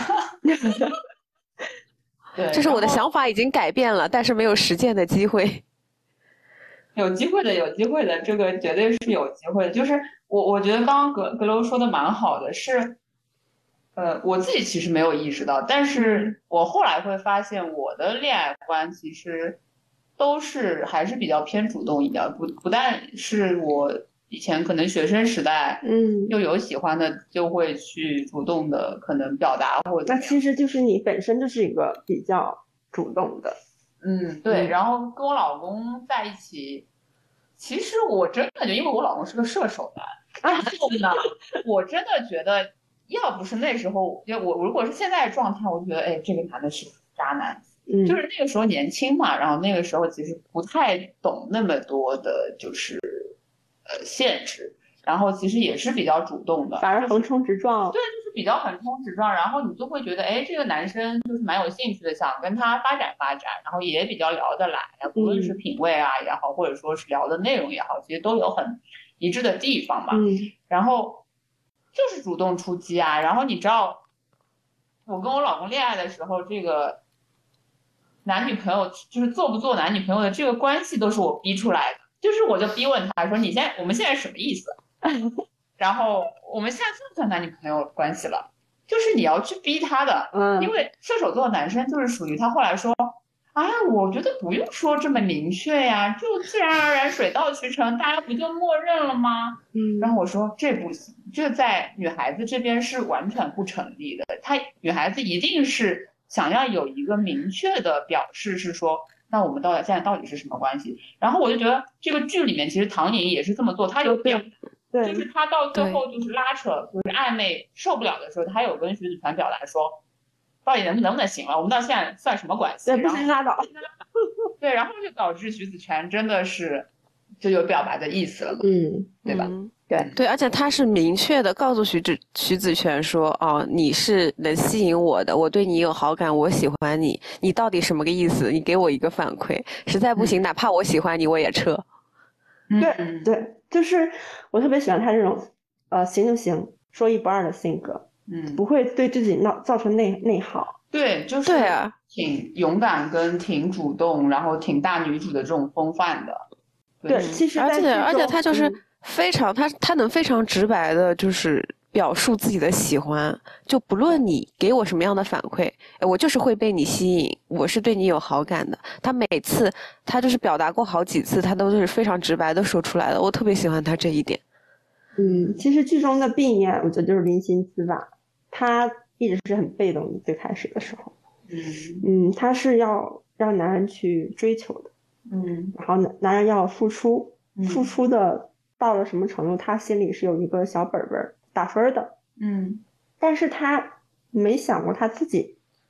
对， 就是我的想法已经改变了，但是没有实践的机会。 有机会的，有机会的，这个绝对是有机会的。就是我，我觉得刚刚阁阁楼说的蛮好的，是，呃，我自己其实没有意识到，但是我后来会发现，我的恋爱观其实都是还是比较偏主动一点，不不但是我以前可能学生时代， 嗯， 又有喜欢的，就会去主动的可能表达或者。 那其实就是你本身就是一个比较主动的。 嗯，对，然后跟我老公在一起，其实我真的觉得，因为我老公是个射手男，然后呢，我真的觉得，要不是那时候，要我如果是现在的状态，我就觉得，哎，这个男的是渣男。 嗯， 就是那个时候年轻嘛，然后那个时候其实不太懂那么多的，就是呃限制。然后其实也是比较主动的， 反而横冲直撞。 对，就是比较横冲直撞，然后你就会觉得，哎，这个男生就是蛮有兴趣的，想跟他发展发展，然后也比较聊得来，无论是品味啊也好，或者说是聊的内容也好，其实都有很一致的地方嘛。 嗯， 然后就是主动出击啊，然后你知道，我跟我老公恋爱的时候，这个男女朋友就是做不做男女朋友的这个关系都是我逼出来的，就是我就逼问他说，你现在我们现在什么意思？然后我们现在算不算男女朋友关系了？就是你要去逼他的， 嗯， 因为射手座的男生就是属于他后来说，哎呀，我觉得不用说这么明确呀，就自然而然水到渠成，大家不就默认了吗？ 嗯， 然后我说这不行，这在女孩子这边是完全不成立的，她女孩子一定是想要有一个明确的表示，是说那我们到底现在到底是什么关系？然后我就觉得这个剧里面其实唐颖也是这么做，她有表。 对， 就是他到最后就是拉扯，就是暧昧受不了的时候，他有跟徐子泉表达说，到底能能不能行了？我们到现在算什么关系？ 对，不行拉倒。 对，然后就导致徐子泉真的是就有表白的意思了嘛， 嗯， 对吧？ 嗯、 对对，而且他是明确的告诉徐子徐子泉说，哦，你是能吸引我的，我对你有好感，我喜欢你，你到底什么个意思？你给我一个反馈，实在不行，嗯、哪怕我喜欢你，我也撤。 对、 嗯、 对，就是我特别喜欢他这种呃行就行，说一不二的性格， 嗯， 不会对自己闹造成内内耗。 对，就是对啊， 挺勇敢跟挺主动，然后挺大女主的这种风范的。 对， 对其实而且而且他就是非常、嗯、他他能非常直白的，就是表述自己的喜欢，就不论你给我什么样的反馈，我就是会被你吸引，我是对你有好感的。他每次他就是表达过好几次，他都是非常直白的说出来的，我特别喜欢他这一点。 嗯，其实剧中的毕念，我觉得就是林心思吧，他一直是很被动的，最开始的时候， 嗯嗯，他是要让男人去追求的， 嗯， 然后男男人要付出， 嗯、 付出的到了什么程度，他心里是有一个小本本打分的， 嗯， 但是他没想过他自己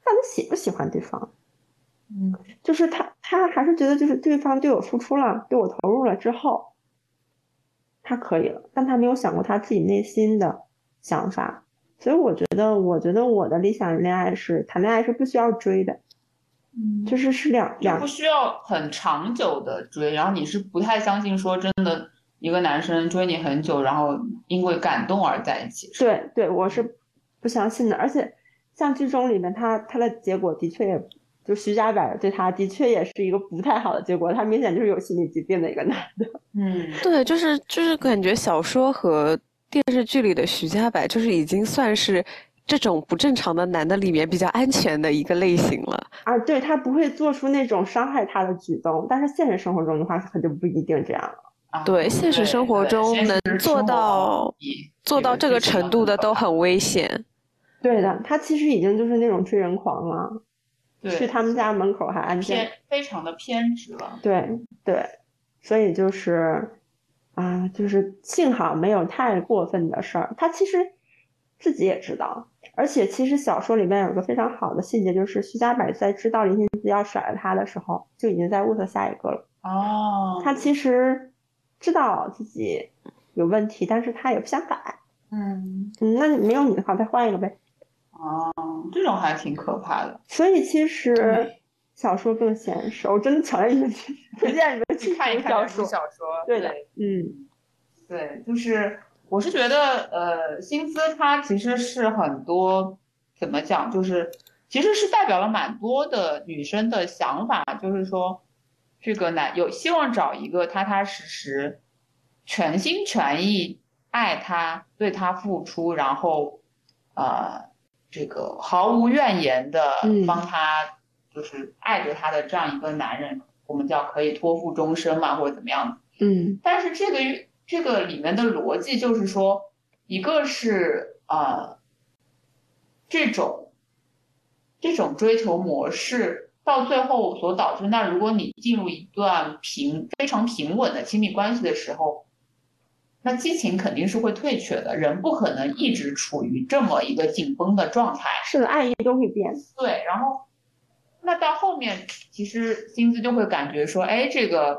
到底喜不喜欢对方。 嗯， 就是他他还是觉得就是对方对我付出了，对我投入了之后，他可以了，但他没有想过他自己内心的想法。所以我觉得，我觉得我的理想恋爱是谈恋爱是不需要追的， 嗯， 就是是两两不需要很长久的追，然后你是不太相信说真的一个男生追你很久，然后因为感动而在一起。 对对，我是不相信的。而且像剧中里面他他的结果的确也，就徐家柏对他的确也是一个不太好的结果，他明显就是有心理疾病的一个男的。 嗯， 对，就是就是感觉小说和电视剧里的徐家柏就是已经算是这种不正常的男的里面比较安全的一个类型了啊。对，他不会做出那种伤害他的举动，但是现实生活中的话，他就不一定这样了。 啊、 对，现实生活中能做到做到这个程度的都很危险。 对的，他其实已经就是那种追人狂了，去他们家门口还安偏非常的偏执了。 对对，所以就是啊，就是幸好没有太过分的事儿。他其实自己也知道，而且其实小说里面有个非常好的细节，就是徐家柏在知道林心思要甩了他的时候，就已经在物色下一个了。 哦， 他其实知道自己有问题，但是他也不想改。 嗯嗯，那没有你的话，再换一个呗。 哦，这种还挺可怕的。 所以其实小说更现实，我真的强烈你们去推荐你们去看一看小说。 小说， 对的， 对嗯， 对，就是我是觉得，呃，薪资它其实是很多怎么讲，就是其实是代表了蛮多的女生的想法，就是说，这个男有希望找一个踏踏实实、全心全意爱他、对他付出，然后呃，这个毫无怨言的帮他，就是爱着他的这样一个男人，我们叫可以托付终身嘛，或者怎么样。 嗯， 但是这个这个里面的逻辑就是说，一个是呃这种这种追求模式到最后所导致，那如果你进入一段平非常平稳的亲密关系的时候，那激情肯定是会退却的，人不可能一直处于这么一个紧绷的状态。 是的，爱意都会变。 对，然后那到后面，其实薪资就会感觉说，哎，这个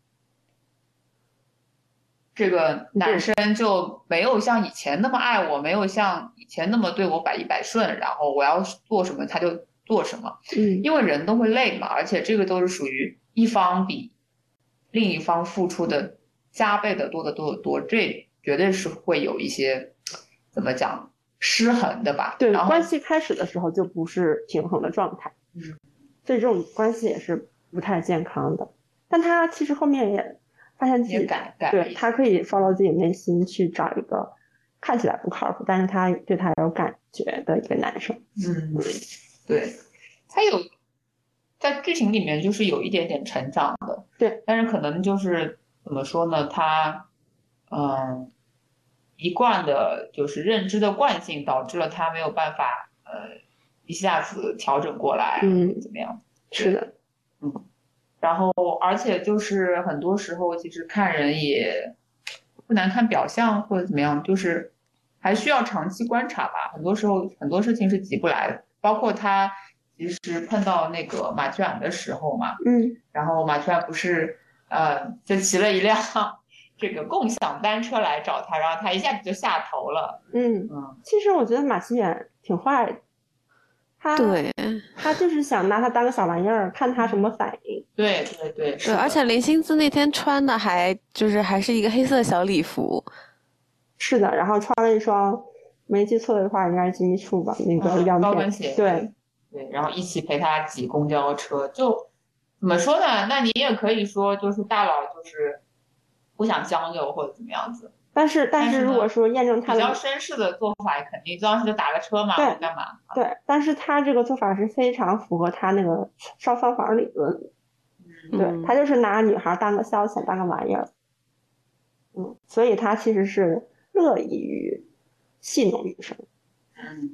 这个男生就没有像以前那么爱我，没有像以前那么对我百依百顺，然后我要做什么他就做什么。 嗯， 因为人都会累嘛，而且这个都是属于一方比另一方付出的加倍的多得多得多，这绝对是会有一些怎么讲失衡的吧？ 对， 然后关系开始的时候就不是平衡的状态， 嗯， 所以这种关系也是不太健康的。但他其实后面也发现自己改改对他可以 follow 自己内心去找一个看起来不靠谱，但是他对他有感觉的一个男生。 嗯，对，他有在剧情里面就是有一点点成长的， 对， 但是可能就是怎么说呢，他嗯一贯的就是认知的惯性导致了他没有办法呃一下子调整过来， 嗯， 怎么样？ 是的， 嗯，然后而且就是很多时候其实看人也不难看表象或者怎么样，就是还需要长期观察吧。很多时候很多事情是急不来的，包括他其实碰到那个马圈的时候嘛， 嗯， 然后马圈不是呃就骑了一辆这个共享单车来找他，然后他一下子就下头了。 嗯嗯， 其实我觉得马希远挺坏的。他对， 他就是想拿他当个小玩意儿，看他什么反应。 对对对， 对，而且林心思那天穿的还就是还是一个黑色小礼服。 是的，然后穿了一双，没记错的话应该是吉米楚吧，那个样片、 嗯、高跟鞋。 对对，然后一起陪他挤公交车，就怎么说呢？那你也可以说，就是大佬就是不想将就或者怎么样子。 但是但是如果说验证他的比较绅士的做法，肯定当时就打个车嘛， 对干嘛？ 对，但是他这个做法是非常符合他那个烧饭房理论。 嗯， 对，他就是拿女孩当个消遣，当个玩意儿。嗯，所以他其实是乐意于戏弄女生。 嗯，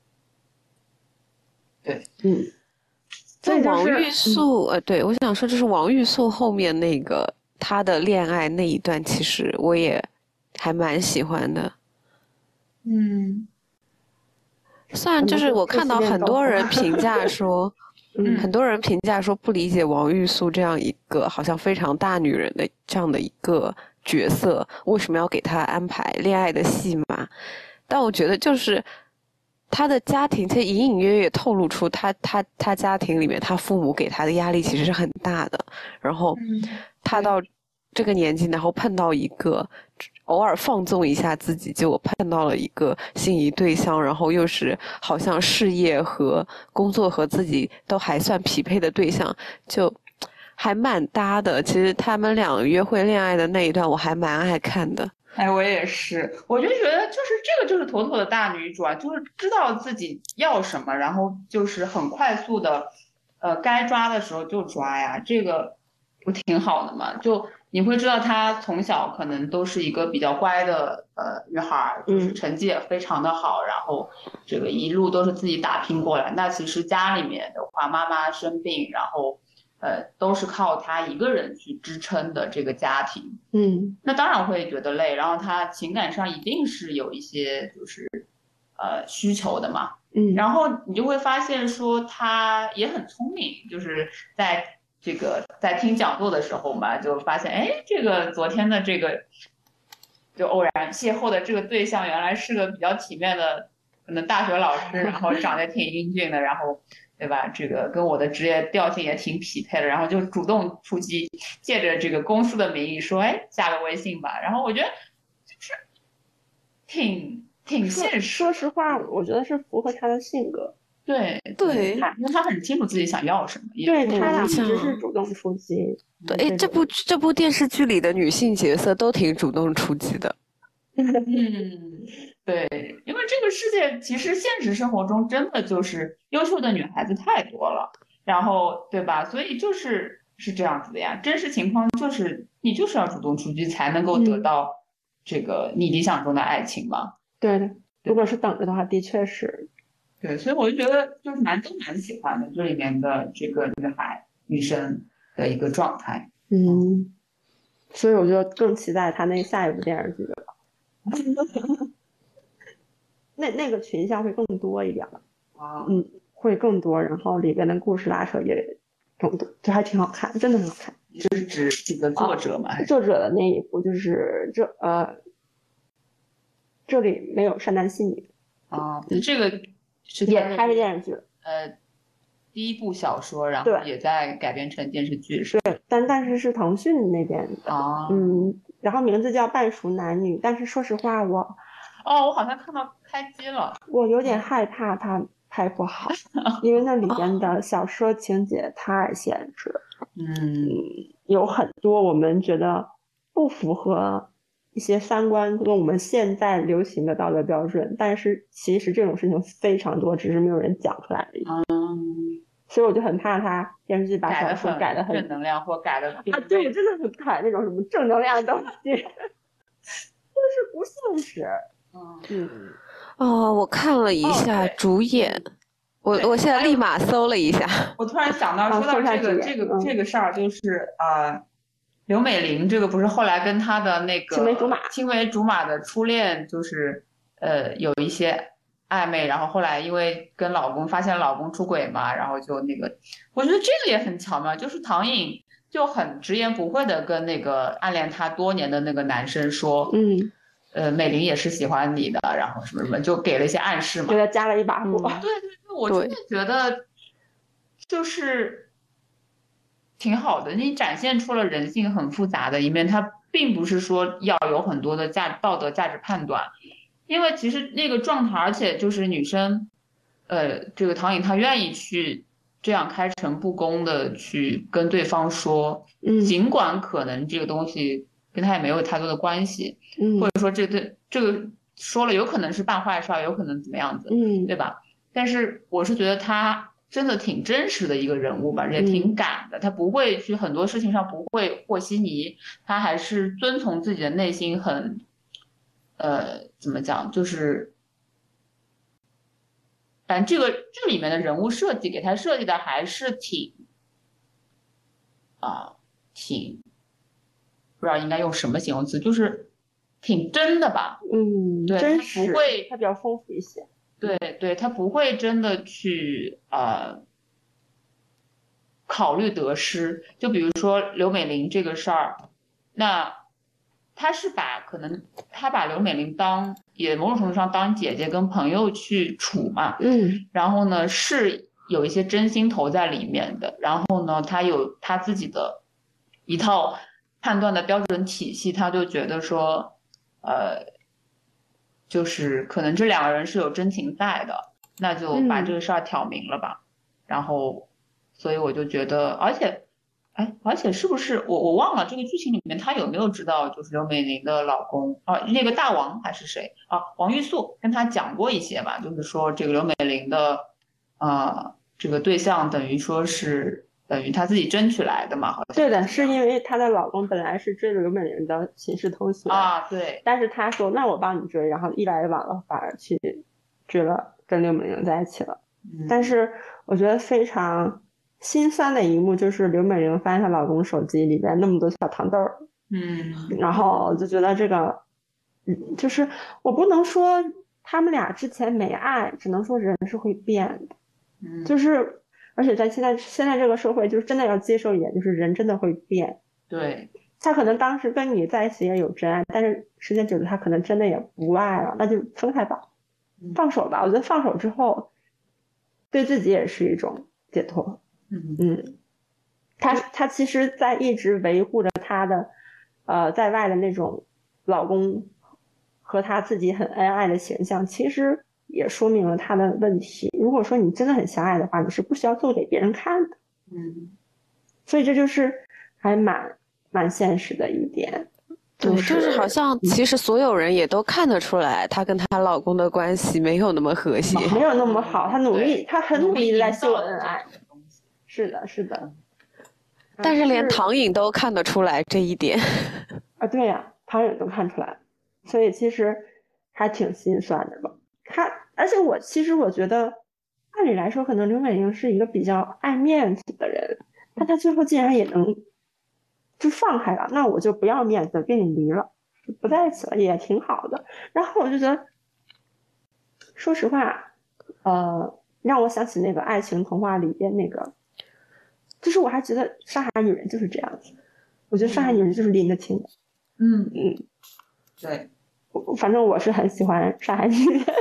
对， 嗯。 在王玉素、嗯，呃，对，我想说，就是王玉素后面那个他的恋爱那一段，其实我也还蛮喜欢的。 嗯， 虽然就是我看到很多人评价说， 嗯， 很多人评价说不理解王玉素这样一个好像非常大女人的这样的一个角色，为什么要给她安排恋爱的戏码？但我觉得就是她的家庭其实隐隐约约透露出她她她家庭里面她父母给她的压力其实是很大的，然后她到这个年纪，然后碰到一个偶尔放纵一下自己，结果碰到了一个心仪对象，然后又是好像事业和工作和自己都还算匹配的对象，就还蛮搭的。其实他们俩约会恋爱的那一段，我还蛮爱看的。 哎，我也是，我就觉得就是这个就是妥妥的大女主啊，就是知道自己要什么，然后就是很快速的，呃，该抓的时候就抓呀，这个不挺好的嘛？就你会知道她从小可能都是一个比较乖的呃女孩，就是成绩也非常的好，然后这个一路都是自己打拼过来。那其实家里面的话，妈妈生病，然后。呃，都是靠他一个人去支撑的这个家庭， 嗯， 那当然会觉得累，然后他情感上一定是有一些就是呃需求的嘛， 嗯， 然后你就会发现说他也很聪明，就是在这个在听讲座的时候嘛，就发现哎，这个昨天的这个就偶然邂逅的这个对象原来是个比较体面的可能大学老师，然后长得挺英俊的，然后。对吧？这个跟我的职业调性也挺匹配的，然后就主动出击，借着这个公司的名义说，哎，加个微信吧。然后我觉得就是挺挺现实。 说实话，我觉得是符合他的性格。 对对， 因为他很清楚自己想要什么。 对他俩一直是主动出击。 对，哎，这部这部电视剧里的女性角色都挺主动出击的。 嗯，对，因为这个世界其实现实生活中真的就是优秀的女孩子太多了，然后对吧？所以就是是这样子的呀。真实情况就是你就是要主动出击才能够得到这个你理想中的爱情嘛。 对的，如果是等着的话，的确是。 对，所以我就觉得就是蛮都蛮喜欢的这里面的这个女孩女生的一个状态。 嗯，所以我就更期待她那下一部电视剧了。那那个群像会更多一点， 啊， 嗯，会更多，然后里边的故事拉扯也更多，就还挺好看，真的很好看。 就是指这个作者嘛、 啊？作者的那一部就是这呃，这里没有善男信女啊，这个是也拍了电视剧， 呃，第一部小说，然后也在改编成电视剧，是对，但但是是腾讯那边的， 啊， 嗯，然后名字叫半熟男女，但是说实话我， 哦，我好像看到开机了， 我有点害怕它拍不好，因为那里边的小说情节太限制， 嗯， 有很多我们觉得不符合一些三观跟我们现在流行的道德标准，但是其实这种事情非常多，只是没有人讲出来而已。 嗯， 所以我就很怕他电视剧把小说改的很正能量或改的啊，对，我真的很怕那种什么正能量的东西，就是不现实。嗯， 哦，我看了一下主演，我我现在立马搜了一下。 我突然想到，说到这个这个这个事儿，就是呃，刘美玲这个不是后来跟她的那个青梅竹马青梅竹马的初恋，就是呃有一些暧昧，然后后来因为跟老公发现老公出轨嘛，然后就那个，我觉得这个也很巧妙，就是唐颖就很直言不讳的跟那个暗恋他多年的那个男生说， 嗯。 呃，美玲也是喜欢你的，然后什么什么，就给了一些暗示嘛， 给他加了一把火。 嗯、对对对，我真的觉得就是挺好的，你展现出了人性很复杂的一面。它并不是说要有很多的价道德价值判断，因为其实那个状态，而且就是女生，呃，这个唐颖她愿意去这样开诚布公的去跟对方说， 嗯， 尽管可能这个东西跟他也没有太多的关系。 嗯， 或者说这对这个说了有可能是办坏事，有可能怎么样子， 嗯， 对吧？但是我是觉得他真的挺真实的一个人物吧，也挺敢的，他不会去很多事情上不会和稀泥，他还是遵从自己的内心很，呃，怎么讲，就是，反正这个这里面的人物设计给他设计的还是挺，啊、呃，挺，不知道应该用什么形容词，就是。挺真的吧， 嗯， 对， 真实， 不会， 它比较丰富一些。 对对，他不会真的去呃考虑得失。就比如说刘美玲这个事儿，那他是把可能他把刘美玲当也某种程度上当姐姐跟朋友去处嘛， 嗯， 然后呢是有一些真心投在里面的，然后呢他有他自己的一套判断的标准体系，他就觉得说呃就是可能这两个人是有真情在的，那就把这个事儿挑明了吧。嗯、然后所以我就觉得，而且哎，而且是不是我我忘了这个剧情里面他有没有知道，就是刘美玲的老公啊，那个大王还是谁啊？王玉素跟他讲过一些吧，就是说这个刘美玲的呃这个对象等于说是等于他自己争取来的嘛。 对的，是因为她的老公本来是追着刘美玲的寝室偷情啊，对， 但是他说那我帮你追，然后一来一往的反而去追了，跟刘美玲在一起了。嗯、但是我觉得非常心酸的一幕就是刘美玲发现她老公手机里边那么多小糖豆， 嗯， 然后我就觉得这个，嗯，就是我不能说他们俩之前没爱，只能说人是会变的， 嗯， 就是而且在现在现在这个社会，就是真的要接受一点，就是人真的会变。 对， 他可能当时跟你在一起也有真爱，但是时间久了他可能真的也不爱了，那就分开吧，放手吧。我觉得放手之后，对自己也是一种解脱。 嗯嗯，他他其实在一直维护着他的呃在外的那种老公和他自己很恩爱的形象，其实也说明了他的问题。如果说你真的很相爱的话，你是不需要做给别人看的。 嗯， 所以这就是还蛮蛮现实的一点。 对，就是好像其实所有人也都看得出来，她跟她老公的关系没有那么和谐， 没有那么好。她努力，她很努力的在秀恩爱。是的，是的。 但是连唐颖都看得出来这一点。 啊，对呀、啊，唐颖都看出来，所以其实还挺心酸的吧。她，而且我其实我觉得，按理来说，可能刘美玲是一个比较爱面子的人，但她最后竟然也能。就放开了，那我就不要面子，跟你离了，不在一起了，也挺好的。然后我就觉得，说实话，呃，让我想起那个爱情童话里边那个，就是我还觉得上海女人就是这样子，我觉得上海女人就是拎得清的。 嗯嗯， 对， 反正我是很喜欢上海女人。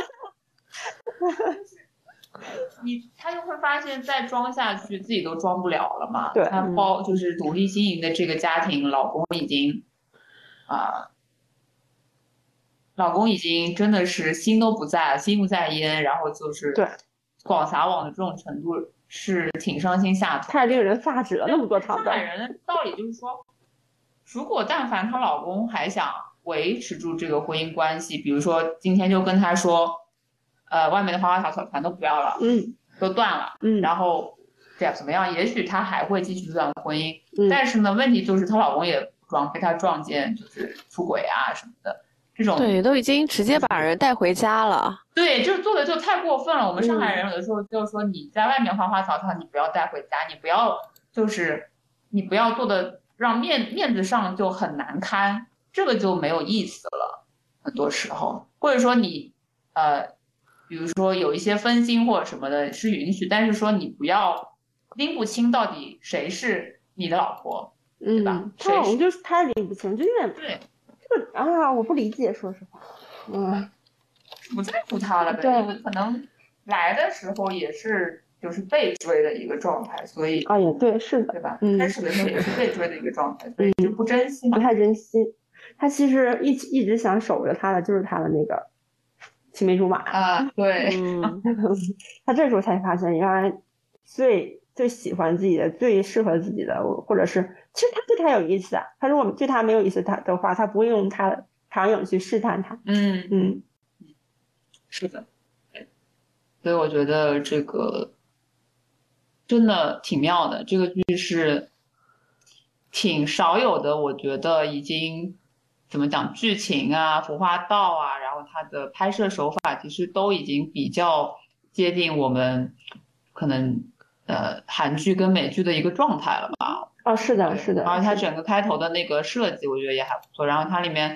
你他就会发现再装下去自己都装不了了嘛。 对， 他包就是独立经营的这个家庭，老公已经啊、呃，老公已经真的是心都不在，心不在焉，然后就是对广撒网的这种程度是挺伤心下头， 太令人发指了。那么多糖豆。 上海人的道理就是说，如果但凡她老公还想维持住这个婚姻关系，比如说今天就跟他说。呃，外面的花花草草全都不要了， 嗯， 都断了， 嗯， 然后这样怎么样？也许她还会继续这段婚姻， 嗯， 但是呢，问题就是她老公也撞被她撞见，就是出轨啊什么的，这种对，都已经直接把人带回家了。 对，就是做的就太过分了。我们上海人有的时候就是说，你在外面花花草草，你不要带回家，你不要就是你不要做的让面面子上就很难堪，这个就没有意思了。很多时候，或者说你呃。比如说有一些分心或者什么的是允许，但是说你不要拎不清到底谁是你的老婆， 嗯， 对吧？ 他老公就是太拎不清，就有点对这个啊，我不理解，说实话，嗯， 不在乎他了呗，因为可能来的时候也是就是被追的一个状态，所以啊也对，是的， 对吧？ 嗯， 开始的时候也是被追的一个状态，所以就不珍惜嘛， 不太珍惜。他其实一一直想守着他的就是他的那个。青梅竹马啊，对， 嗯，他这时候才发现，原来最最喜欢自己的、最适合自己的，或者是其实他对他有意思啊。他如果对他没有意思他的话，他不会用他唐颖去试探他。 嗯嗯， 是的，所以我觉得这个真的挺妙的，这个剧是挺少有的，我觉得已经。怎么讲剧情啊、服化道啊，然后它的拍摄手法其实都已经比较接近我们可能呃韩剧跟美剧的一个状态了吧？ 哦，是的，是的。 然后它整个开头的那个设计，我觉得也还不错。然后它里面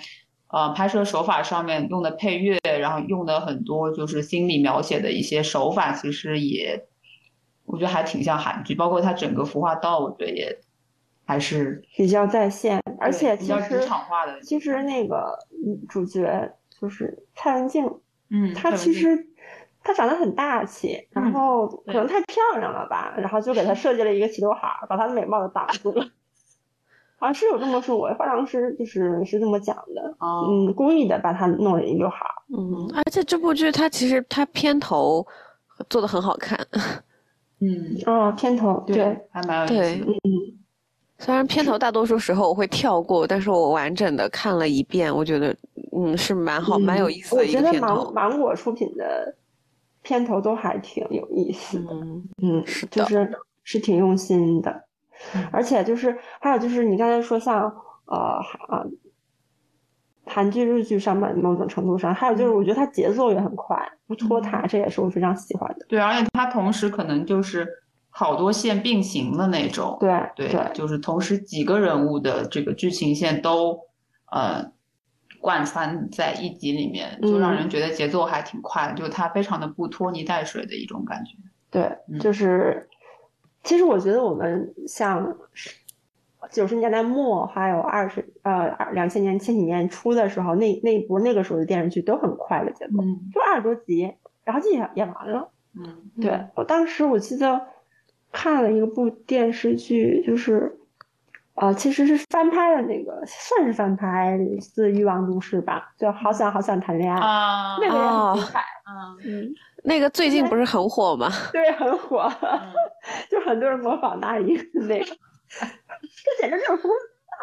呃拍摄手法上面用的配乐，然后用的很多就是心理描写的一些手法，其实也我觉得还挺像韩剧，包括它整个服化道，我觉得也还是比较在线，而且比较其实职场化的。 其实那个主角就是蔡文静， 嗯， 她其实她长得很大气，然后可能太漂亮了吧，然后就给她设计了一个齐刘海，把她的美貌给挡住了。好像是有这么说，我化妆师就是是这么讲的， 哦、 嗯，故意的把它弄了一刘海。 嗯，而且这部剧它其实它片头做的很好看。 嗯， 哦，片头对， 还蛮有意思的。 嗯， 虽然片头大多数时候我会跳过，但是我完整的看了一遍，我觉得嗯是蛮好、 嗯、 蛮有意思的一个片头。 我觉得芒芒果出品的片头都还挺有意思的， 嗯嗯， 是的， 就是是挺用心的， 嗯、 而且就是还有就是你刚才说像呃啊韩剧、日剧上面某种程度上，还有就是我觉得它节奏也很快，不拖沓，嗯、这也是我非常喜欢的。 对，而且它同时可能就是好多线并行的那种， 对对， 对就是同时几个人物的这个剧情线都呃贯穿在一集里面，就让人觉得节奏还挺快的，嗯、就它非常的不拖泥带水的一种感觉。 对，嗯、就是其实我觉得我们像九十年代末还有二十呃两千年千禧年初的时候，那那一波那个时候的电视剧都很快的节奏， 嗯、 就二十多集，然后就也也完了。 嗯， 对，我当时我记得看了一个部电视剧，就是呃其实是翻拍的那个，算是翻拍自《欲望都市》吧，叫《好想好想谈恋爱》 啊， 那个也很精彩。 嗯嗯， 那个最近不是很火吗？ 对，很火， 嗯、 就很多人模仿那一个那个，这简直就是胡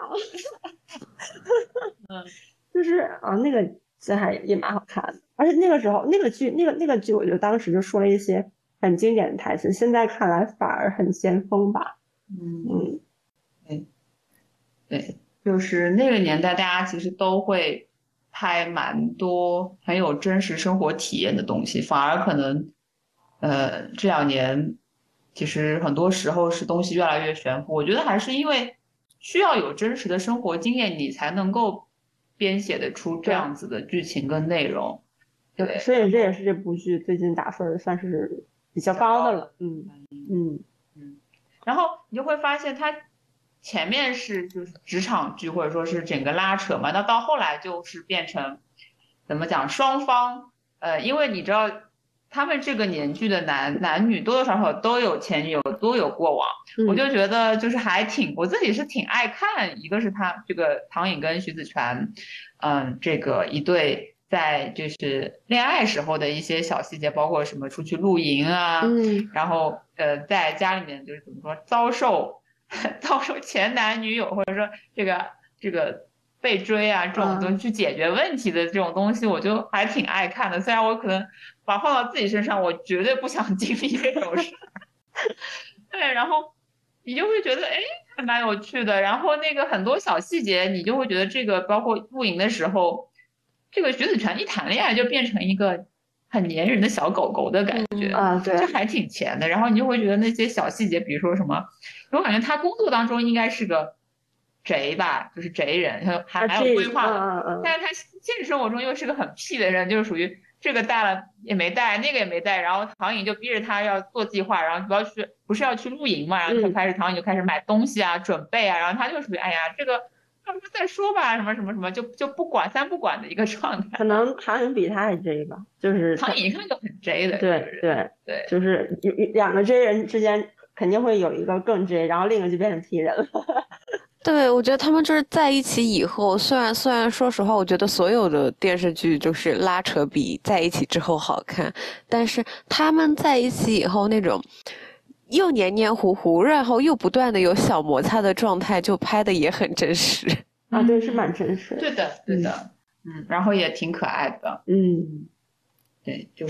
嗯， 就是啊，那个这还也蛮好看的，而且那个时候那个剧那个那个剧，我就当时就说了一些很经典的台词，现在看来反而很先锋吧。 嗯嗯， 对对，就是那个年代，大家其实都会拍蛮多很有真实生活体验的东西，反而可能呃这两年其实很多时候是东西越来越玄乎。我觉得还是因为需要有真实的生活经验，你才能够编写得出这样子的剧情跟内容。 对，对，所以这也是这部剧最近打分算是比较高的了。嗯嗯嗯，然后你就会发现它前面是就是职场剧或者说是整个拉扯嘛，那到后来就是变成怎么讲，双方呃，因为你知道他们这个年纪的男男女多多少少都有前女友，都有过往， 嗯、 我就觉得就是还挺，我自己是挺爱看，一个是他这个唐颖跟徐子泉，嗯，这个一对在就是恋爱时候的一些小细节，包括什么出去露营啊， 嗯， 然后呃在家里面就是怎么说遭受遭受前男女友或者说这个这个被追啊这种东西去解决问题的这种东西，我就还挺爱看的。虽然我可能把放到自己身上，我绝对不想经历这种事。对，然后你就会觉得哎还蛮有趣的。然后那个很多小细节，你就会觉得这个包括露营的时候，这个徐子泉一谈恋爱就变成一个很粘人的小狗狗的感觉， 啊、嗯，对， 就还挺甜的。然后你就会觉得那些小细节，比如说什么，我感觉他工作当中应该是个贼吧，就是贼人，他还蛮有规划的。 嗯嗯、 但是他现实生活中又是个很屁的人，就是属于这个带了也没带，那个也没带，然后唐颖就逼着他要做计划，然后不要去，不是要去露营嘛，然后就开始、嗯、唐颖就开始买东西啊，准备啊，然后他就属于哎呀这个。要不再说吧，什么什么什么，就就不管三不管的一个状态。 可能唐颖比他还 J 吧，就是唐颖一看就很 J 的。 对对对， 就是两个 J 人之间肯定会有一个更 J， 然后另一个就变成 P 人了。 对，我觉得他们就是在一起以后，虽然虽然说实话，我觉得所有的电视剧就是拉扯比在一起之后好看，但是他们在一起以后那种又黏黏糊糊，然后又不断的有小摩擦的状态，就拍的也很真实啊，对，是蛮真实的。 对的，对的，嗯，嗯，然后也挺可爱的， 嗯， 对，就是，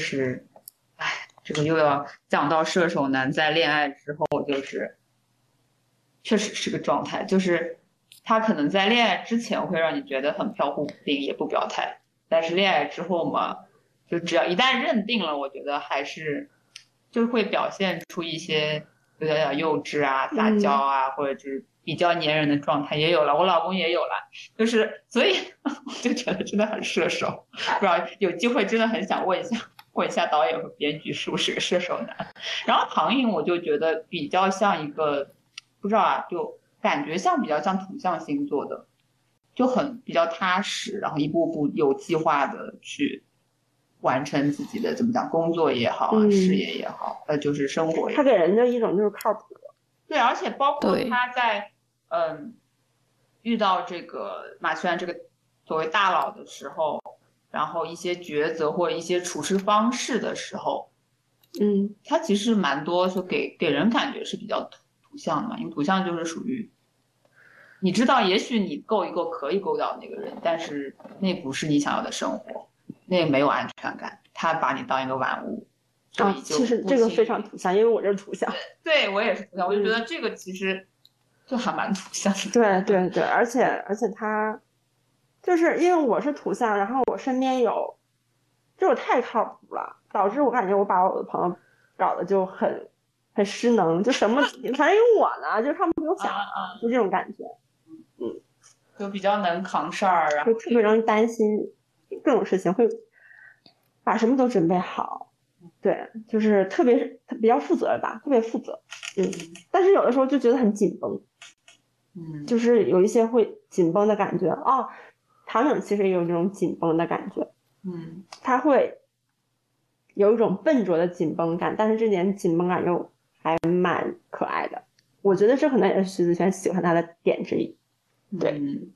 哎，这个又要讲到射手男在恋爱之后，就是确实是个状态，就是他可能在恋爱之前会让你觉得很飘忽不定，也不表态，但是恋爱之后嘛，就只要一旦认定了，我觉得还是。就会表现出一些有点点幼稚啊、撒娇啊， 嗯、 或者就是比较粘人的状态也有了，我老公也有了，就是所以我就觉得真的很射手，不知道有机会真的很想问一下问一下导演和编剧是不是个射手男。然后唐颖我就觉得比较像一个不知道啊，就感觉像比较像土象星座的，就很比较踏实，然后一步步有计划的去完成自己的怎么讲工作也好、啊嗯、事业也好，呃，就是生活也好。 他给人的一种就是靠谱。 对，而且包括他在嗯遇到这个马旭安这个所谓大佬的时候，然后一些抉择或者一些处事方式的时候， 嗯， 他其实蛮多就给给人感觉是比较土土象的嘛，因为土象就是属于你知道也许你够一够可以够到那个人，但是那不是你想要的生活，那没有安全感，他把你当一个玩物。 啊，其实这个非常土象，因为我这是土象。 对，我也是土象，我就觉得这个其实就还蛮土象的。 对对对，而且而且他就是因为我是土象，然后我身边有，就我太靠谱了，导致我感觉我把我的朋友搞得就很很失能，就什么反正有我呢，就是他们不用想， 啊、 就这种感觉。嗯， 就比较能扛事儿，然后就特别容易担心各种事情，会把什么都准备好。对，就是特别比较负责吧，特别负责，嗯，但是有的时候就觉得很紧绷， 嗯， 就是有一些会紧绷的感觉哦。唐颖其实也有这种紧绷的感觉， 嗯， 他会有一种笨拙的紧绷感，但是这点紧绷感又还蛮可爱的，我觉得这可能也是徐子轩喜欢他的点之一。对， 嗯、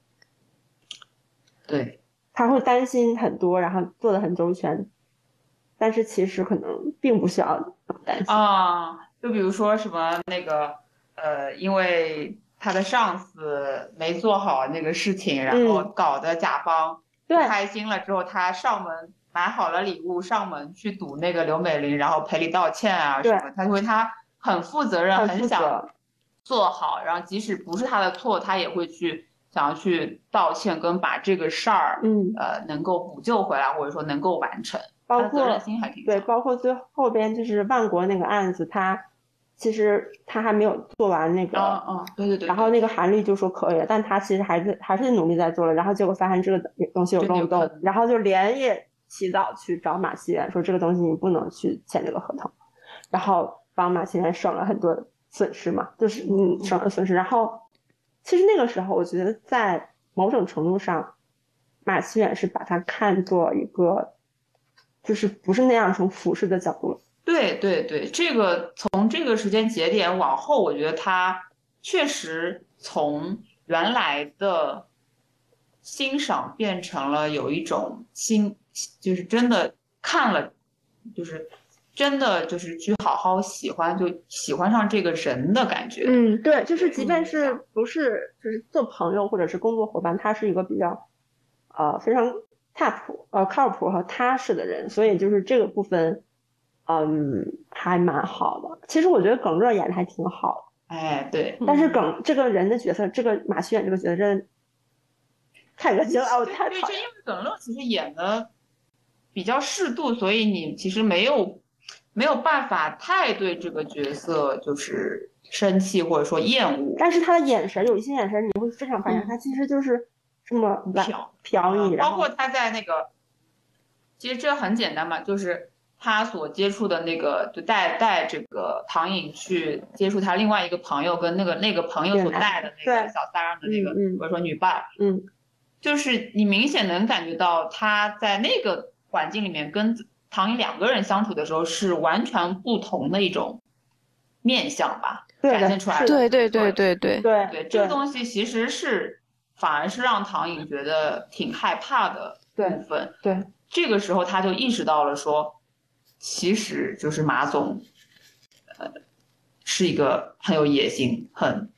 对， 他会担心很多，然后做得很周全。但是其实可能并不需要担心啊，就比如说什么那个呃，因为他的上司没做好那个事情，然后搞得甲方不开心了之后，他上门买好了礼物上门去堵那个刘美玲，然后赔礼道歉啊什么，他因为他很负责任，很想做好，然后即使不是他的错，他也会去想要去道歉跟把这个事儿嗯呃能够补救回来，或者说能够完成。 包括责任心还挺对，包括最后边就是万国那个案子，他其实他还没有做完那个， 嗯嗯，对对对。 然后那个韩律就说可以了，但他其实还是还是努力在做了，然后结果发现这个东西有漏洞，然后就连夜起早去找马戏园说这个东西你不能去签这个合同，然后帮马戏园省了很多损失嘛，就是嗯省了损失。然后其实那个时候我觉得在某种程度上，马戏园是把它看作一个。就是不是那样从俯视的角度。 对对对，这个从这个时间节点往后，我觉得他确实从原来的欣赏变成了有一种欣，就是真的看了，就是真的就是去好好喜欢，就喜欢上这个人的感觉。 嗯，对，就是即便是不是就是做朋友或者是工作伙伴，他是一个比较呃非常。踏谱呃靠谱和踏实的人，所以就是这个部分，嗯，还蛮好的。其实我觉得耿乐演的还挺好的，哎，对。 但是耿、嗯、这个人的角色，这个马旭演这个角色真的太恶心了，我太讨厌。 对，就因为耿乐其实演的比较适度，所以你其实没有没有办法太对这个角色就是生气或者说厌恶。 但是他的眼神，有一些眼神你会非常发现，嗯、他其实就是。这么瞟瞟你， 包括他在那个，其实这很简单嘛，就是他所接触的那个，就带带这个唐颖去接触他另外一个朋友，跟那个那个朋友所带的那个小三儿的那个， 嗯、 或者说女伴， 嗯， 就是你明显能感觉到他在那个环境里面跟唐颖两个人相处的时候是完全不同的一种面相吧，展现出来的， 对对对对对对对，这个东西其实是。反而是让唐颖觉得挺害怕的部分。 对，对这个时候他就意识到了说，其实就是马总，呃，是一个很有野心、很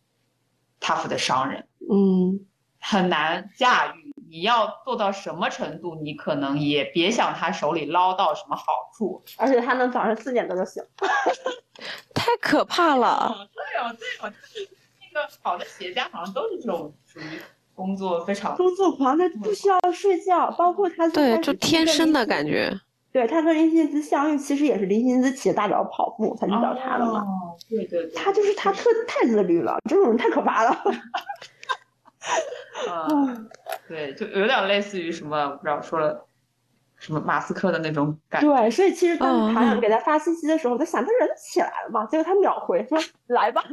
tough 的商人。 嗯， 很难驾驭。你要做到什么程度，你可能也别想他手里捞到什么好处。 而且他能早上四点多就醒， 太可怕了。 哦，对哦，对哦。那个好的企业家好像都是这种属于工作非常工作狂，他不需要睡觉，包括他对，就天生的感觉。 对，他和林心思相遇，其实也是林心思骑着大脚跑步才遇到他的嘛。 哦，对对对， 他就是他特太自律了，这种人太可怕了。 嗯，对，就有点类似于什么，不知道说了什么马斯克的那种感觉。 对，所以其实当唐嫣给他发信息的时候，我在想他人起来了嘛，结果他秒回说来吧。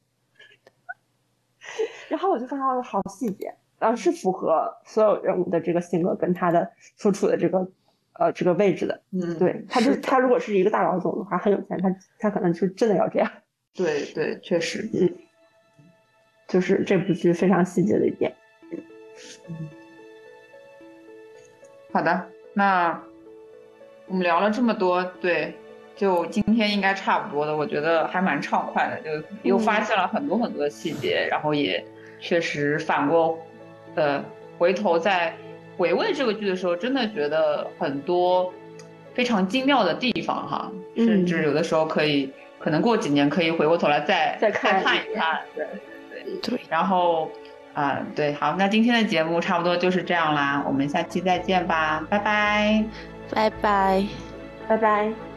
然后我就发现好细节，然后是符合所有人物的这个性格跟他的所处的这个呃这个位置的。 嗯， 对，他就他如果是一个大老总的话，很有钱，他他可能就真的要这样。 对对，确实， 嗯，就是这部剧非常细节的一点。 嗯，好的，那我们聊了这么多，对，就今天应该差不多的，我觉得还蛮畅快的，就又发现了很多很多的细节，嗯、然后也确实反过，呃，回头再回味这个剧的时候，真的觉得很多非常精妙的地方哈，嗯、甚至有的时候可以，可能过几年可以回过头来再再看再看一看，对对对，然后。啊、呃，对，好，那今天的节目差不多就是这样啦，我们下期再见吧，拜拜， 拜拜， 拜拜。